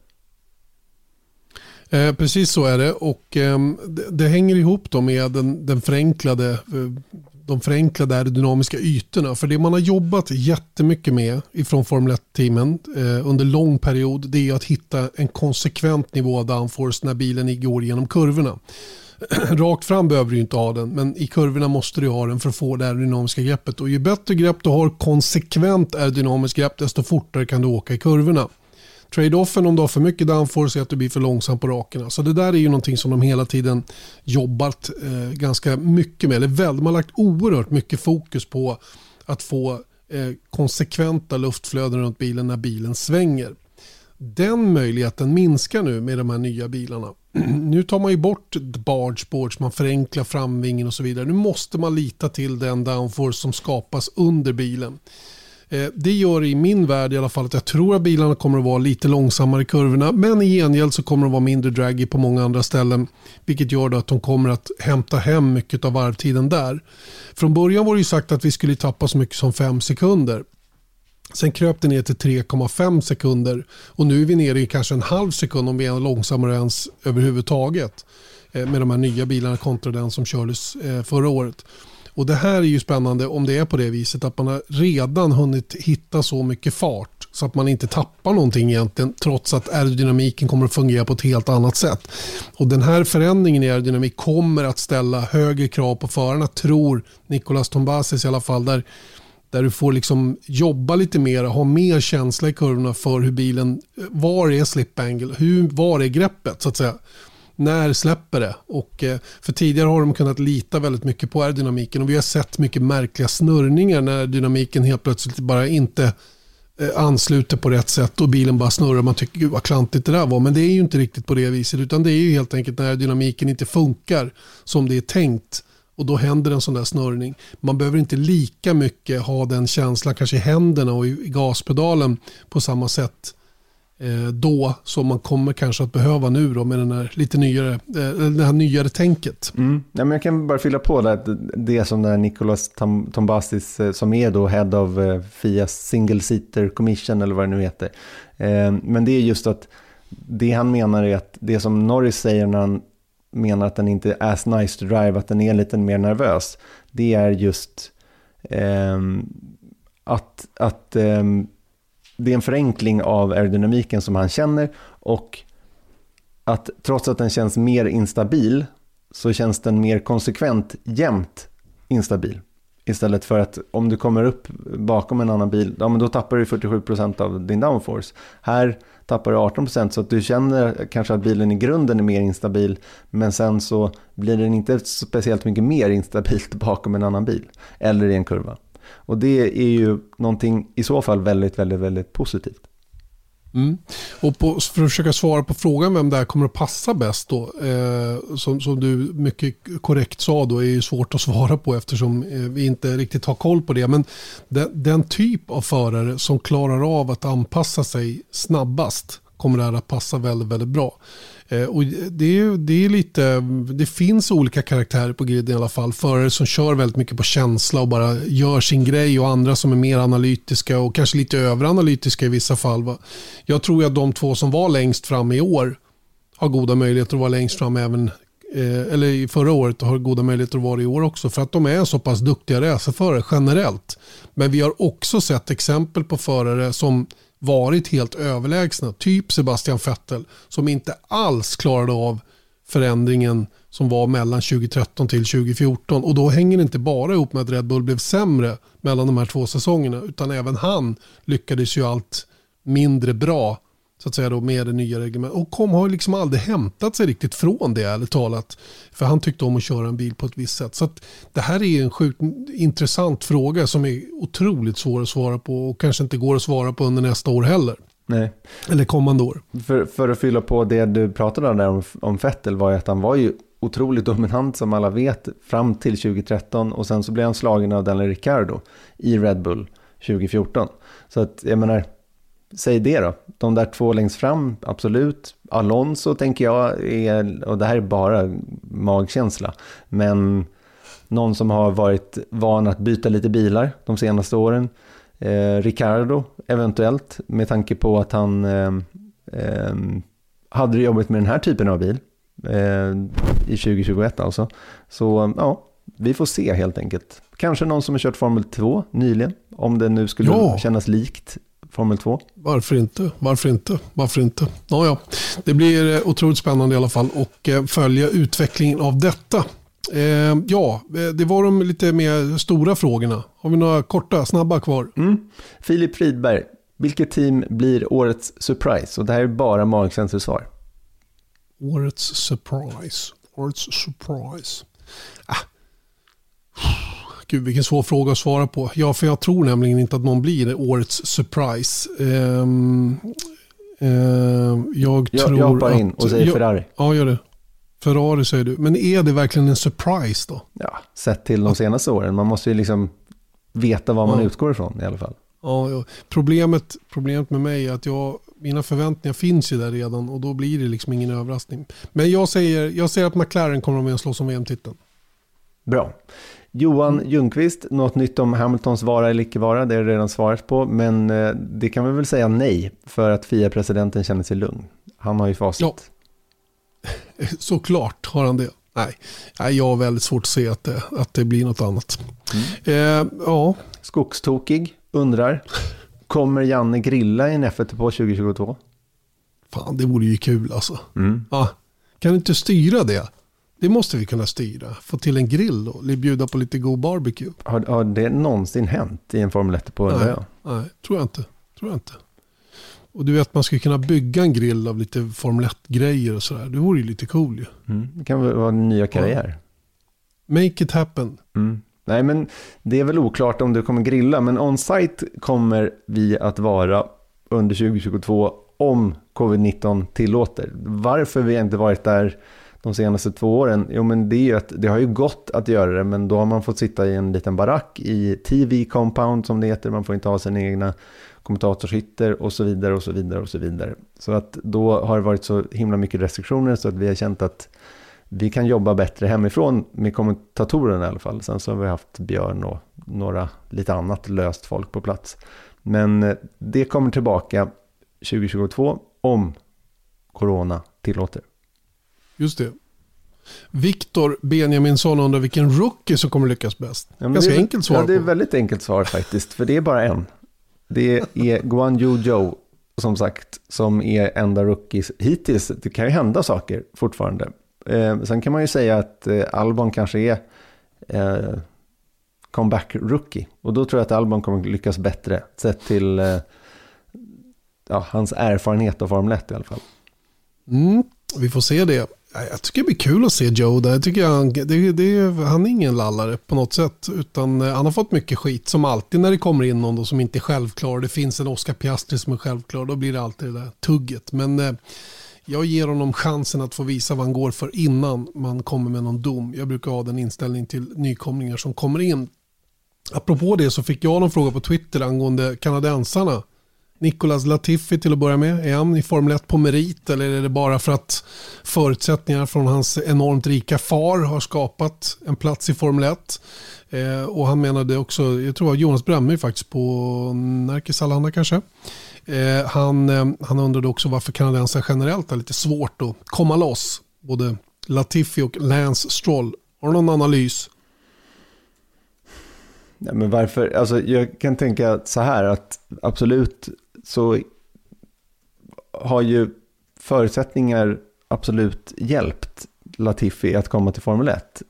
A: Precis så är det, och det hänger ihop då med de förenklade aerodynamiska ytorna. För det man har jobbat jättemycket med ifrån Formel 1-teamen under lång period, det är att hitta en konsekvent nivå av downforce när bilen går genom kurvorna. Rakt fram behöver du inte ha den, men i kurvorna måste du ha den för att få det aerodynamiska greppet. Och ju bättre grepp du har, konsekvent aerodynamiskt grepp, desto fortare kan du åka i kurvorna. Trade-offen om du har för mycket downforce är att du blir för långsam på rakerna. Så det där är ju någonting som de hela tiden jobbat ganska mycket med. Eller man har lagt oerhört mycket fokus på att få konsekventa luftflöden runt bilen när bilen svänger. Den möjligheten minskar nu med de här nya bilarna. Nu tar man ju bort bargeboards, man förenklar framvingen och så vidare. Nu måste man lita till den downforce som skapas under bilen. Det gör i min värld i alla fall att jag tror att bilarna kommer att vara lite långsammare i kurvorna, men i gengäld så kommer de vara mindre draggy på många andra ställen, vilket gör då att de kommer att hämta hem mycket av varvtiden där. Från början var det ju sagt att vi skulle tappa så mycket som 5 sekunder. Sen kröp det ner till 3,5 sekunder och nu är vi nere i kanske en halv sekund om vi är långsammare ens överhuvudtaget med de här nya bilarna kontra den som kördes förra året. Och det här är ju spännande om det är på det viset att man har redan hunnit hitta så mycket fart så att man inte tappar någonting egentligen, trots att aerodynamiken kommer att fungera på ett helt annat sätt. Och den här förändringen i aerodynamik kommer att ställa högre krav på förarna, tror Nicolas Tombazis i alla fall, Där du får liksom jobba lite mer, ha mer känsla i kurvorna för hur bilen, var är slip angle, var är greppet så att säga. När släpper det? Och för tidigare har de kunnat lita väldigt mycket på aerodynamiken och vi har sett mycket märkliga snurrningar när dynamiken helt plötsligt bara inte ansluter på rätt sätt och bilen bara snurrar. Man tycker gud vad klantigt det där var, men det är ju inte riktigt på det viset, utan det är ju helt enkelt när dynamiken inte funkar som det är tänkt och då händer en sån där snurrning. Man behöver inte lika mycket ha den känslan kanske i händerna och i gaspedalen på samma sätt då som man kommer kanske att behöva nu då med den här lite nyare, det här nyare tänket.
B: Ja, men jag kan bara fylla på det som där Nicolas Tombazis som är då head of FIA Single Seater Commission eller vad det nu heter. Men det är just att det han menar är att det som Norris säger när han menar att den inte är as nice to drive, att den är lite mer nervös, det är just att det är en förenkling av aerodynamiken som han känner och att trots att den känns mer instabil så känns den mer konsekvent jämnt instabil. Istället för att om du kommer upp bakom en annan bil, ja, men då tappar du 47% av din downforce. Här tappar du 18% så att du känner kanske att bilen i grunden är mer instabil, men sen så blir den inte speciellt mycket mer instabilt bakom en annan bil eller i en kurva. Och det är ju någonting i så fall väldigt, väldigt, väldigt positivt.
A: Och för att försöka svara på frågan vem där kommer att passa bäst då, som du mycket korrekt sa då, är ju svårt att svara på eftersom vi inte riktigt har koll på det. Men den typ av förare som klarar av att anpassa sig snabbast kommer det här att passa väldigt, väldigt bra. Och det är lite, det finns olika karaktärer på griden i alla fall. Förare som kör väldigt mycket på känsla och bara gör sin grej och andra som är mer analytiska och kanske lite överanalytiska i vissa fall. Va? Jag tror att de två som var längst fram i år har goda möjligheter att vara längst fram även eller i förra året har goda möjligheter att vara i år också för att de är så pass duktiga racerförare generellt. Men vi har också sett exempel på förare som varit helt överlägsna, typ Sebastian Vettel som inte alls klarade av förändringen som var mellan 2013 till 2014 och då hänger det inte bara ihop med att Red Bull blev sämre mellan de här två säsongerna utan även han lyckades ju allt mindre bra så att säga då med det nya reglementet och har liksom aldrig hämtat sig riktigt från det ärligt talat för han tyckte om att köra en bil på ett visst sätt så att det här är en sjukt intressant fråga som är otroligt svår att svara på och kanske inte går att svara på under nästa år heller.
B: Nej.
A: Eller kommande år.
B: För att fylla på det du pratade där om Vettel var ju att han var ju otroligt dominant som alla vet fram till 2013 och sen så blev han slagen av Daniel Ricciardo i Red Bull 2014 så att jag menar säg det då. De där två längst fram, absolut. Alonso tänker jag är, och det här är bara magkänsla, men någon som har varit van att byta lite bilar de senaste åren. Ricciardo eventuellt, med tanke på att han hade jobbat med den här typen av bil i 2021 alltså. Så ja, vi får se helt enkelt. Kanske någon som har kört Formel 2 nyligen, om det nu skulle kännas likt Formel 2. Varför inte? Ja. Det blir otroligt spännande i alla fall och följa utvecklingen av detta. Det var de lite mer stora frågorna. Har vi några korta, snabba kvar? Filip Fridberg, vilket team blir årets surprise? Och det här är bara magkänselsvar.
A: Årets surprise. Gud, vilken svår fråga att svara på. Ja, för jag tror nämligen inte att någon blir årets surprise.
B: Jag hoppar in och säger Ferrari.
A: Ja, gör det. Ferrari säger du. Men är det verkligen en surprise då?
B: Ja, sett till de senaste åren. Man måste ju liksom veta vad man utgår ifrån i alla fall.
A: Ja. Problemet med mig är att mina förväntningar finns ju där redan och då blir det liksom ingen överraskning. Men jag säger att McLaren kommer att med att slå som VM-titeln.
B: Bra. Johan Ljungqvist, något nytt om Hamiltons vara eller icke vara, det är redan svarat på, men det kan vi väl säga nej för att FIA-presidenten känner sig lugn. Han har ju facit. Ja.
A: Såklart har han det. Nej, jag har väldigt svårt att se att det blir något annat. Ja.
B: Skogstokig undrar, kommer Janne grilla i en F1 på 2022?
A: Fan, det vore ju kul alltså. Ja. Kan du inte styra det? Det måste vi kunna styra. Få till en grill då. Bjuda på lite god barbecue.
B: Har det någonsin hänt i en Formel 1 på en ö?
A: Nej, tror jag inte. Och du vet, man skulle kunna bygga en grill av lite Formel 1-grejer och sådär. Det vore ju lite cool ju.
B: Det kan väl vara en nya karriär.
A: Make it happen.
B: Nej, men det är väl oklart om du kommer grilla. Men on-site kommer vi att vara under 2022 om covid-19 tillåter. Varför vi inte varit där de senaste 2 åren? Jo, men det är ju att det har ju gått att göra det, men då har man fått sitta i en liten barack i TV compound som det heter. Man får inte ha sina egna kommentatorshytter och så vidare och så vidare och så vidare. Så att då har det varit så himla mycket restriktioner så att vi har känt att vi kan jobba bättre hemifrån med kommentatorerna i alla fall. Sen så har vi haft Björn och några lite annat löst folk på plats. Men det kommer tillbaka 2022 om corona tillåter.
A: Just det. Viktor Benjaminsson undrar vilken rookie som kommer lyckas bäst. Ganska enkelt svar.
B: Ja, det är väldigt enkelt svar faktiskt. För det är bara en. Det är Guan Yu Zhou som sagt som är enda rookie hittills. Det kan ju hända saker fortfarande. Sen kan man ju säga att Albon kanske är comeback rookie. Och då tror jag att Albon kommer lyckas bättre sett till hans erfarenhet av Formel 1 i alla fall.
A: Vi får se det. Jag tycker det blir kul att se Joe där. Jag tycker han är ingen lallare på något sätt. Utan han har fått mycket skit som alltid när det kommer in någon då som inte är självklar. Det finns en Oscar Piastri som är självklar. Då blir det alltid det där tugget. Men jag ger honom chansen att få visa vad han går för innan man kommer med någon dom. Jag brukar ha den inställning till nykomlingar som kommer in. Apropå det så fick jag någon fråga på Twitter angående kanadensarna. Nicolas Latifi till att börja med. Är han i Formel 1 på merit eller är det bara för att förutsättningar från hans enormt rika far har skapat en plats i Formel 1? Och han menade också, jag tror att Jonas Bremmer faktiskt på Närkes Allehanda kanske. Han undrade också varför kanadensare generellt är lite svårt att komma loss. Både Latifi och Lance Stroll. Har du någon analys?
B: Nej, men varför? Alltså, jag kan tänka så här att absolut så har ju förutsättningar absolut hjälpt Latifi att komma till Formel 1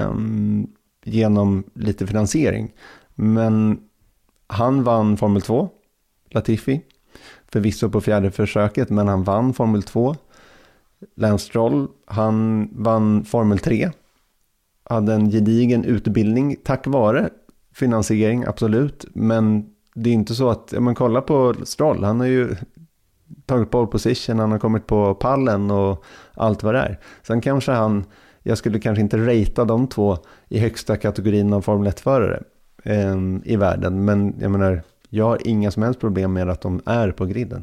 B: genom lite finansiering. Men han vann Formel 2, Latifi, förvisso på 4:e försöket, men han vann Formel 2. Lance Stroll, han vann Formel 3, hade en gedigen utbildning tack vare finansiering, absolut. Men det är inte så att, om man kollar på Stroll, han har ju tagit pole position, han har kommit på pallen och allt vad det är. Sen kanske jag skulle kanske inte ratea de två i högsta kategorin av Formel 1-förare i världen. Men jag menar, jag har inga som helst problem med att de är på griden.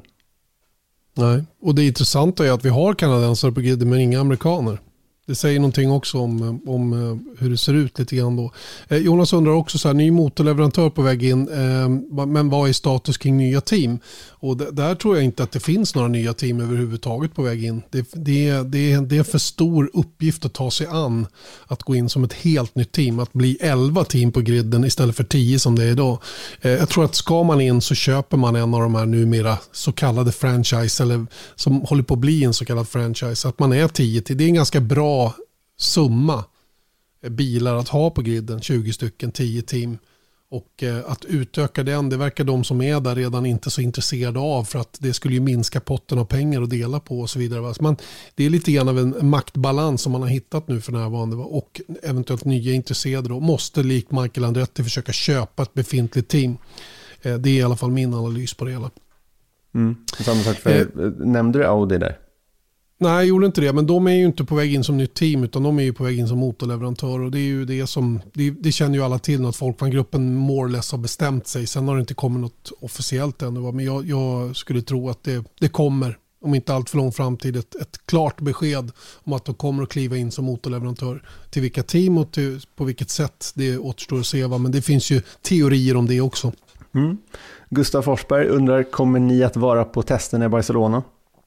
B: Nej,
A: och det intressanta är att vi har kanadensare på griden men inga amerikaner. Det säger någonting också om hur det ser ut lite grann då. Jonas undrar också så här, ny motorleverantör på väg in, men vad är status kring nya team? Och där tror jag inte att det finns några nya team överhuvudtaget på väg in. Det är för stor uppgift att ta sig an att gå in som ett helt nytt team. Att bli 11 team på griden istället för 10 som det är idag. Jag tror att ska man in så köper man en av de här numera så kallade franchise eller som håller på att bli en så kallad franchise. Att man är 10 till. Det är en ganska bra summa bilar att ha på griden, 20 stycken, 10 team. Och att utöka den, det verkar de som är där redan inte så intresserade av för att det skulle ju minska potten av pengar att dela på och så vidare. Så det är lite grann av en maktbalans som man har hittat nu för närvarande och eventuellt nya intresserade då måste likt Michael Andretti försöka köpa ett befintligt team. Det är i alla fall min analys på det hela.
B: Samma sak nämnde du Audi där?
A: Nej, jag gjorde inte det. Men de är ju inte på väg in som nytt team utan de är ju på väg in som motorleverantör. Och det är ju det som, det känner ju alla till att Folkvagngruppen more or less har bestämt sig. Sen har det inte kommit något officiellt ännu. Men jag skulle tro att det kommer, om inte allt för lång framtid, ett klart besked om att de kommer att kliva in som motorleverantör. Till vilka team och på vilket sätt, det återstår att se. Men det finns ju teorier om det också.
B: Gustav Forsberg undrar, kommer ni att vara på testen i Barcelona?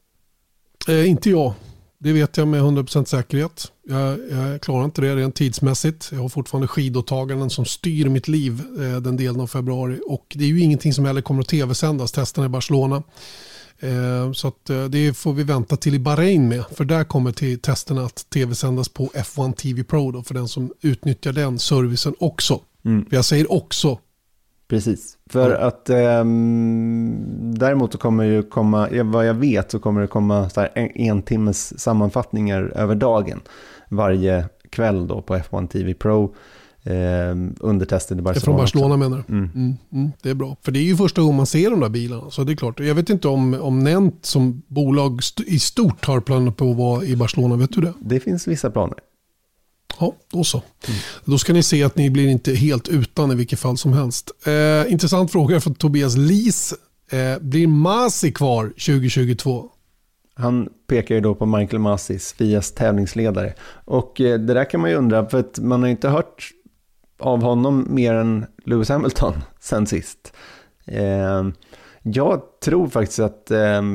A: Inte jag. Det vet jag med 100% säkerhet. Jag klarar inte det rent tidsmässigt. Jag har fortfarande skidåtaganden som styr mitt liv den delen av februari. Och det är ju ingenting som heller kommer att tv-sändas. Testen i Barcelona. Så att det får vi vänta till i Bahrain med. För där kommer till testerna att tv-sändas på F1 TV Pro då, för den som utnyttjar den servicen också. För jag säger också.
B: Precis, för att däremot så kommer ju komma, vad jag vet så kommer det komma så här en timmes sammanfattningar över dagen varje kväll då på F1 TV Pro under testet i Barcelona.
A: Från Barcelona menar du? Det är bra, för det är ju första gången man ser de där bilarna, så det är klart. Jag vet inte om Nent som bolag i stort har planer på att vara i Barcelona, vet du det?
B: Det finns vissa planer.
A: Ja, då så. Då ska ni se att ni blir inte helt utan i vilket fall som helst. Intressant fråga från Tobias Lis. Blir Masi kvar 2022?
B: Han pekar ju då på Michael Masi, Fias tävlingsledare. Och det där kan man ju undra, för att man har inte hört av honom mer än Lewis Hamilton sen sist. Jag tror faktiskt att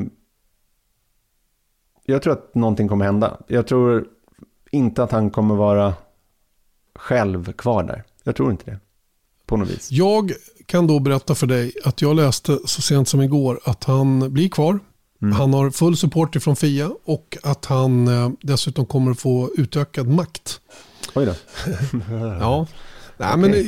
B: någonting kommer hända. Jag tror inte att han kommer vara själv kvar där. Jag tror inte det. På något vis.
A: Jag kan då berätta för dig att jag läste så sent som igår att han blir kvar. Han har full support från FIA och att han dessutom kommer att få utökad makt.
B: Oj då.
A: Ja. Nej, men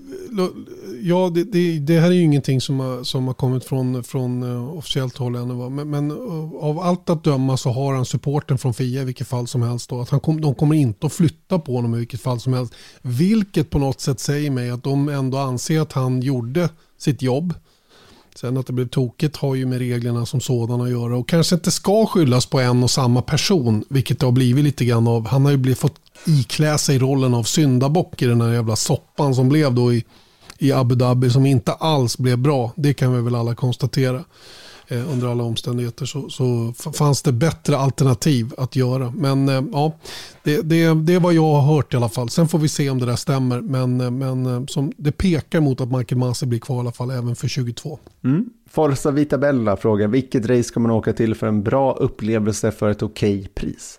A: ja, det här är ju ingenting som har kommit från officiellt håll ännu. Va? Men av allt att döma så har han supporten från FIA i vilket fall som helst. Då. Att de kommer inte att flytta på honom i vilket fall som helst. Vilket på något sätt säger mig att de ändå anser att han gjorde sitt jobb. Sen att det blev tokigt har ju med reglerna som sådana att göra. Och kanske inte ska skyllas på en och samma person. Vilket det har blivit lite grann av. Han har ju fått iklä sig rollen av syndabock i den här jävla soppan som blev då i Abu Dhabi, som inte alls blev bra. Det kan vi väl alla konstatera. Under alla omständigheter så fanns det bättre alternativ att göra. Men ja, det är vad jag har hört i alla fall. Sen får vi se om det där stämmer. Men som det pekar mot att Michael Masi blir kvar i alla fall även för 22.
B: Forza Vitabella frågar, vilket race kommer man åka till för en bra upplevelse för ett okej pris?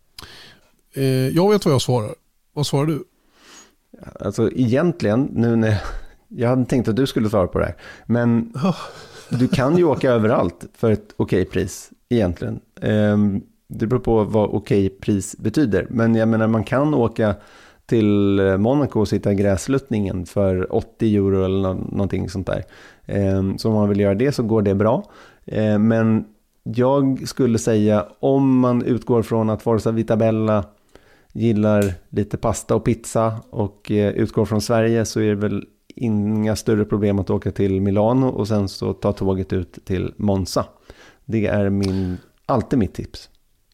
A: Jag vet vad jag svarar. Vad svarar du?
B: Alltså egentligen, nu när jag hade tänkt att du skulle svara på det här. Men du kan ju åka överallt för ett okej pris egentligen. Det beror på vad okej pris betyder. Men jag menar, man kan åka till Monaco och sitta i gräsluttningen för 80 euro eller någonting sånt där. Så om man vill göra det så går det bra. Men jag skulle säga, om man utgår från att Forza Vitabella gillar lite pasta och pizza och utgår från Sverige, så är det väl inga större problem att åka till Milano och sen så ta tåget ut till Monza. Det är alltid mitt tips.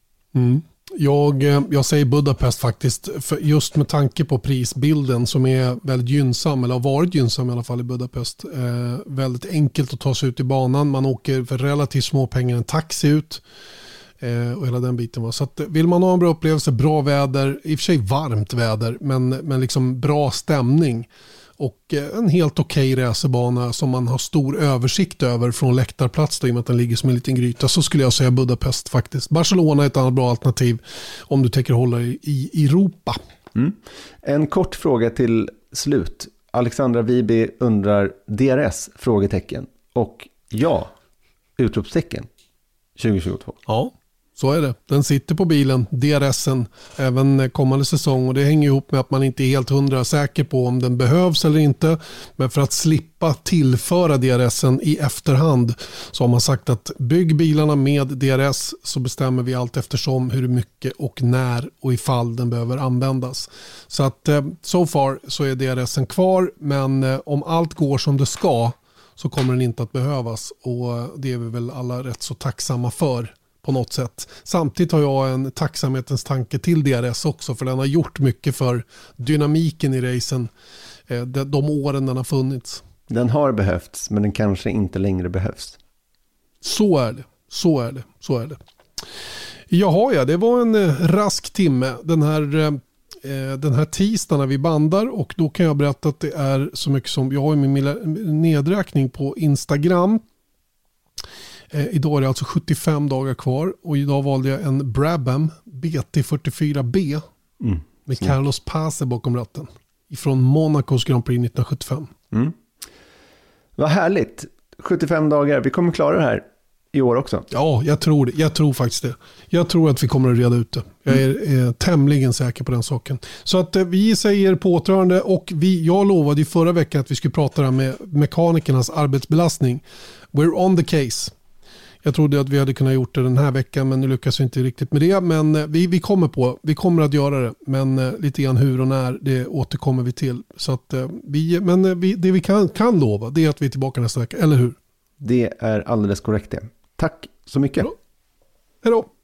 A: Jag säger Budapest faktiskt, för just med tanke på prisbilden som är väldigt gynnsam, eller har varit gynnsam i alla fall i Budapest. Väldigt enkelt att ta sig ut i banan. Man åker för relativt små pengar en taxi ut. Och hela den biten var. Så att, vill man ha en bra upplevelse, bra väder, i och för sig varmt väder, men liksom bra stämning och en helt okej resebana som man har stor översikt över från läktarplats då, i och med att den ligger som en liten gryta, så skulle jag säga Budapest faktiskt. Barcelona är ett annat bra alternativ om du tänker hålla i Europa.
B: En kort fråga till slut. Alexandra Viby undrar DRS? Frågetecken. Och ja, utropstecken 2022.
A: Ja. Så är det. Den sitter på bilen, DRSen, även kommande säsong. Och det hänger ihop med att man inte är helt 100 säker på om den behövs eller inte. Men för att slippa tillföra DRSen i efterhand så har man sagt att bygg bilarna med DRS, så bestämmer vi allt eftersom hur mycket och när och ifall den behöver användas. Så att so far så är DRSen kvar, men om allt går som det ska så kommer den inte att behövas. Och det är vi väl alla rätt så tacksamma för. På något sätt. Samtidigt har jag en tacksamhetens tanke till DRS också, för den har gjort mycket för dynamiken i racen de åren den har funnits. Den har behövts, men den kanske inte längre behövs. Så är det. Jaha, ja, det var en rask timme den här tisdagen när vi bandar, och då kan jag berätta att det är så mycket som jag har i min nedräkning på Instagram. Idag är det alltså 75 dagar kvar, och idag valde jag en Brabham BT44B med Carlos Pace bakom ratten ifrån Monacos Grand Prix 1975. Vad härligt. 75 dagar, vi kommer klara det här.
B: i år också?
A: Ja, jag tror det. Jag tror faktiskt det. Jag tror att vi kommer att reda ut det. Jag är tämligen säker på den saken. Så att vi säger på återhörande, och jag lovade ju förra veckan att vi skulle prata där med mekanikernas arbetsbelastning. We're on the case. Jag trodde att vi hade kunnat gjort det den här veckan, men nu lyckas vi inte riktigt med det. Men vi kommer att göra det. Men lite grann hur och när, det återkommer vi till. Så att det vi kan lova, det är att vi är tillbaka nästa vecka, eller hur?
B: Det är alldeles korrekt det. Tack så mycket.
A: Hej då.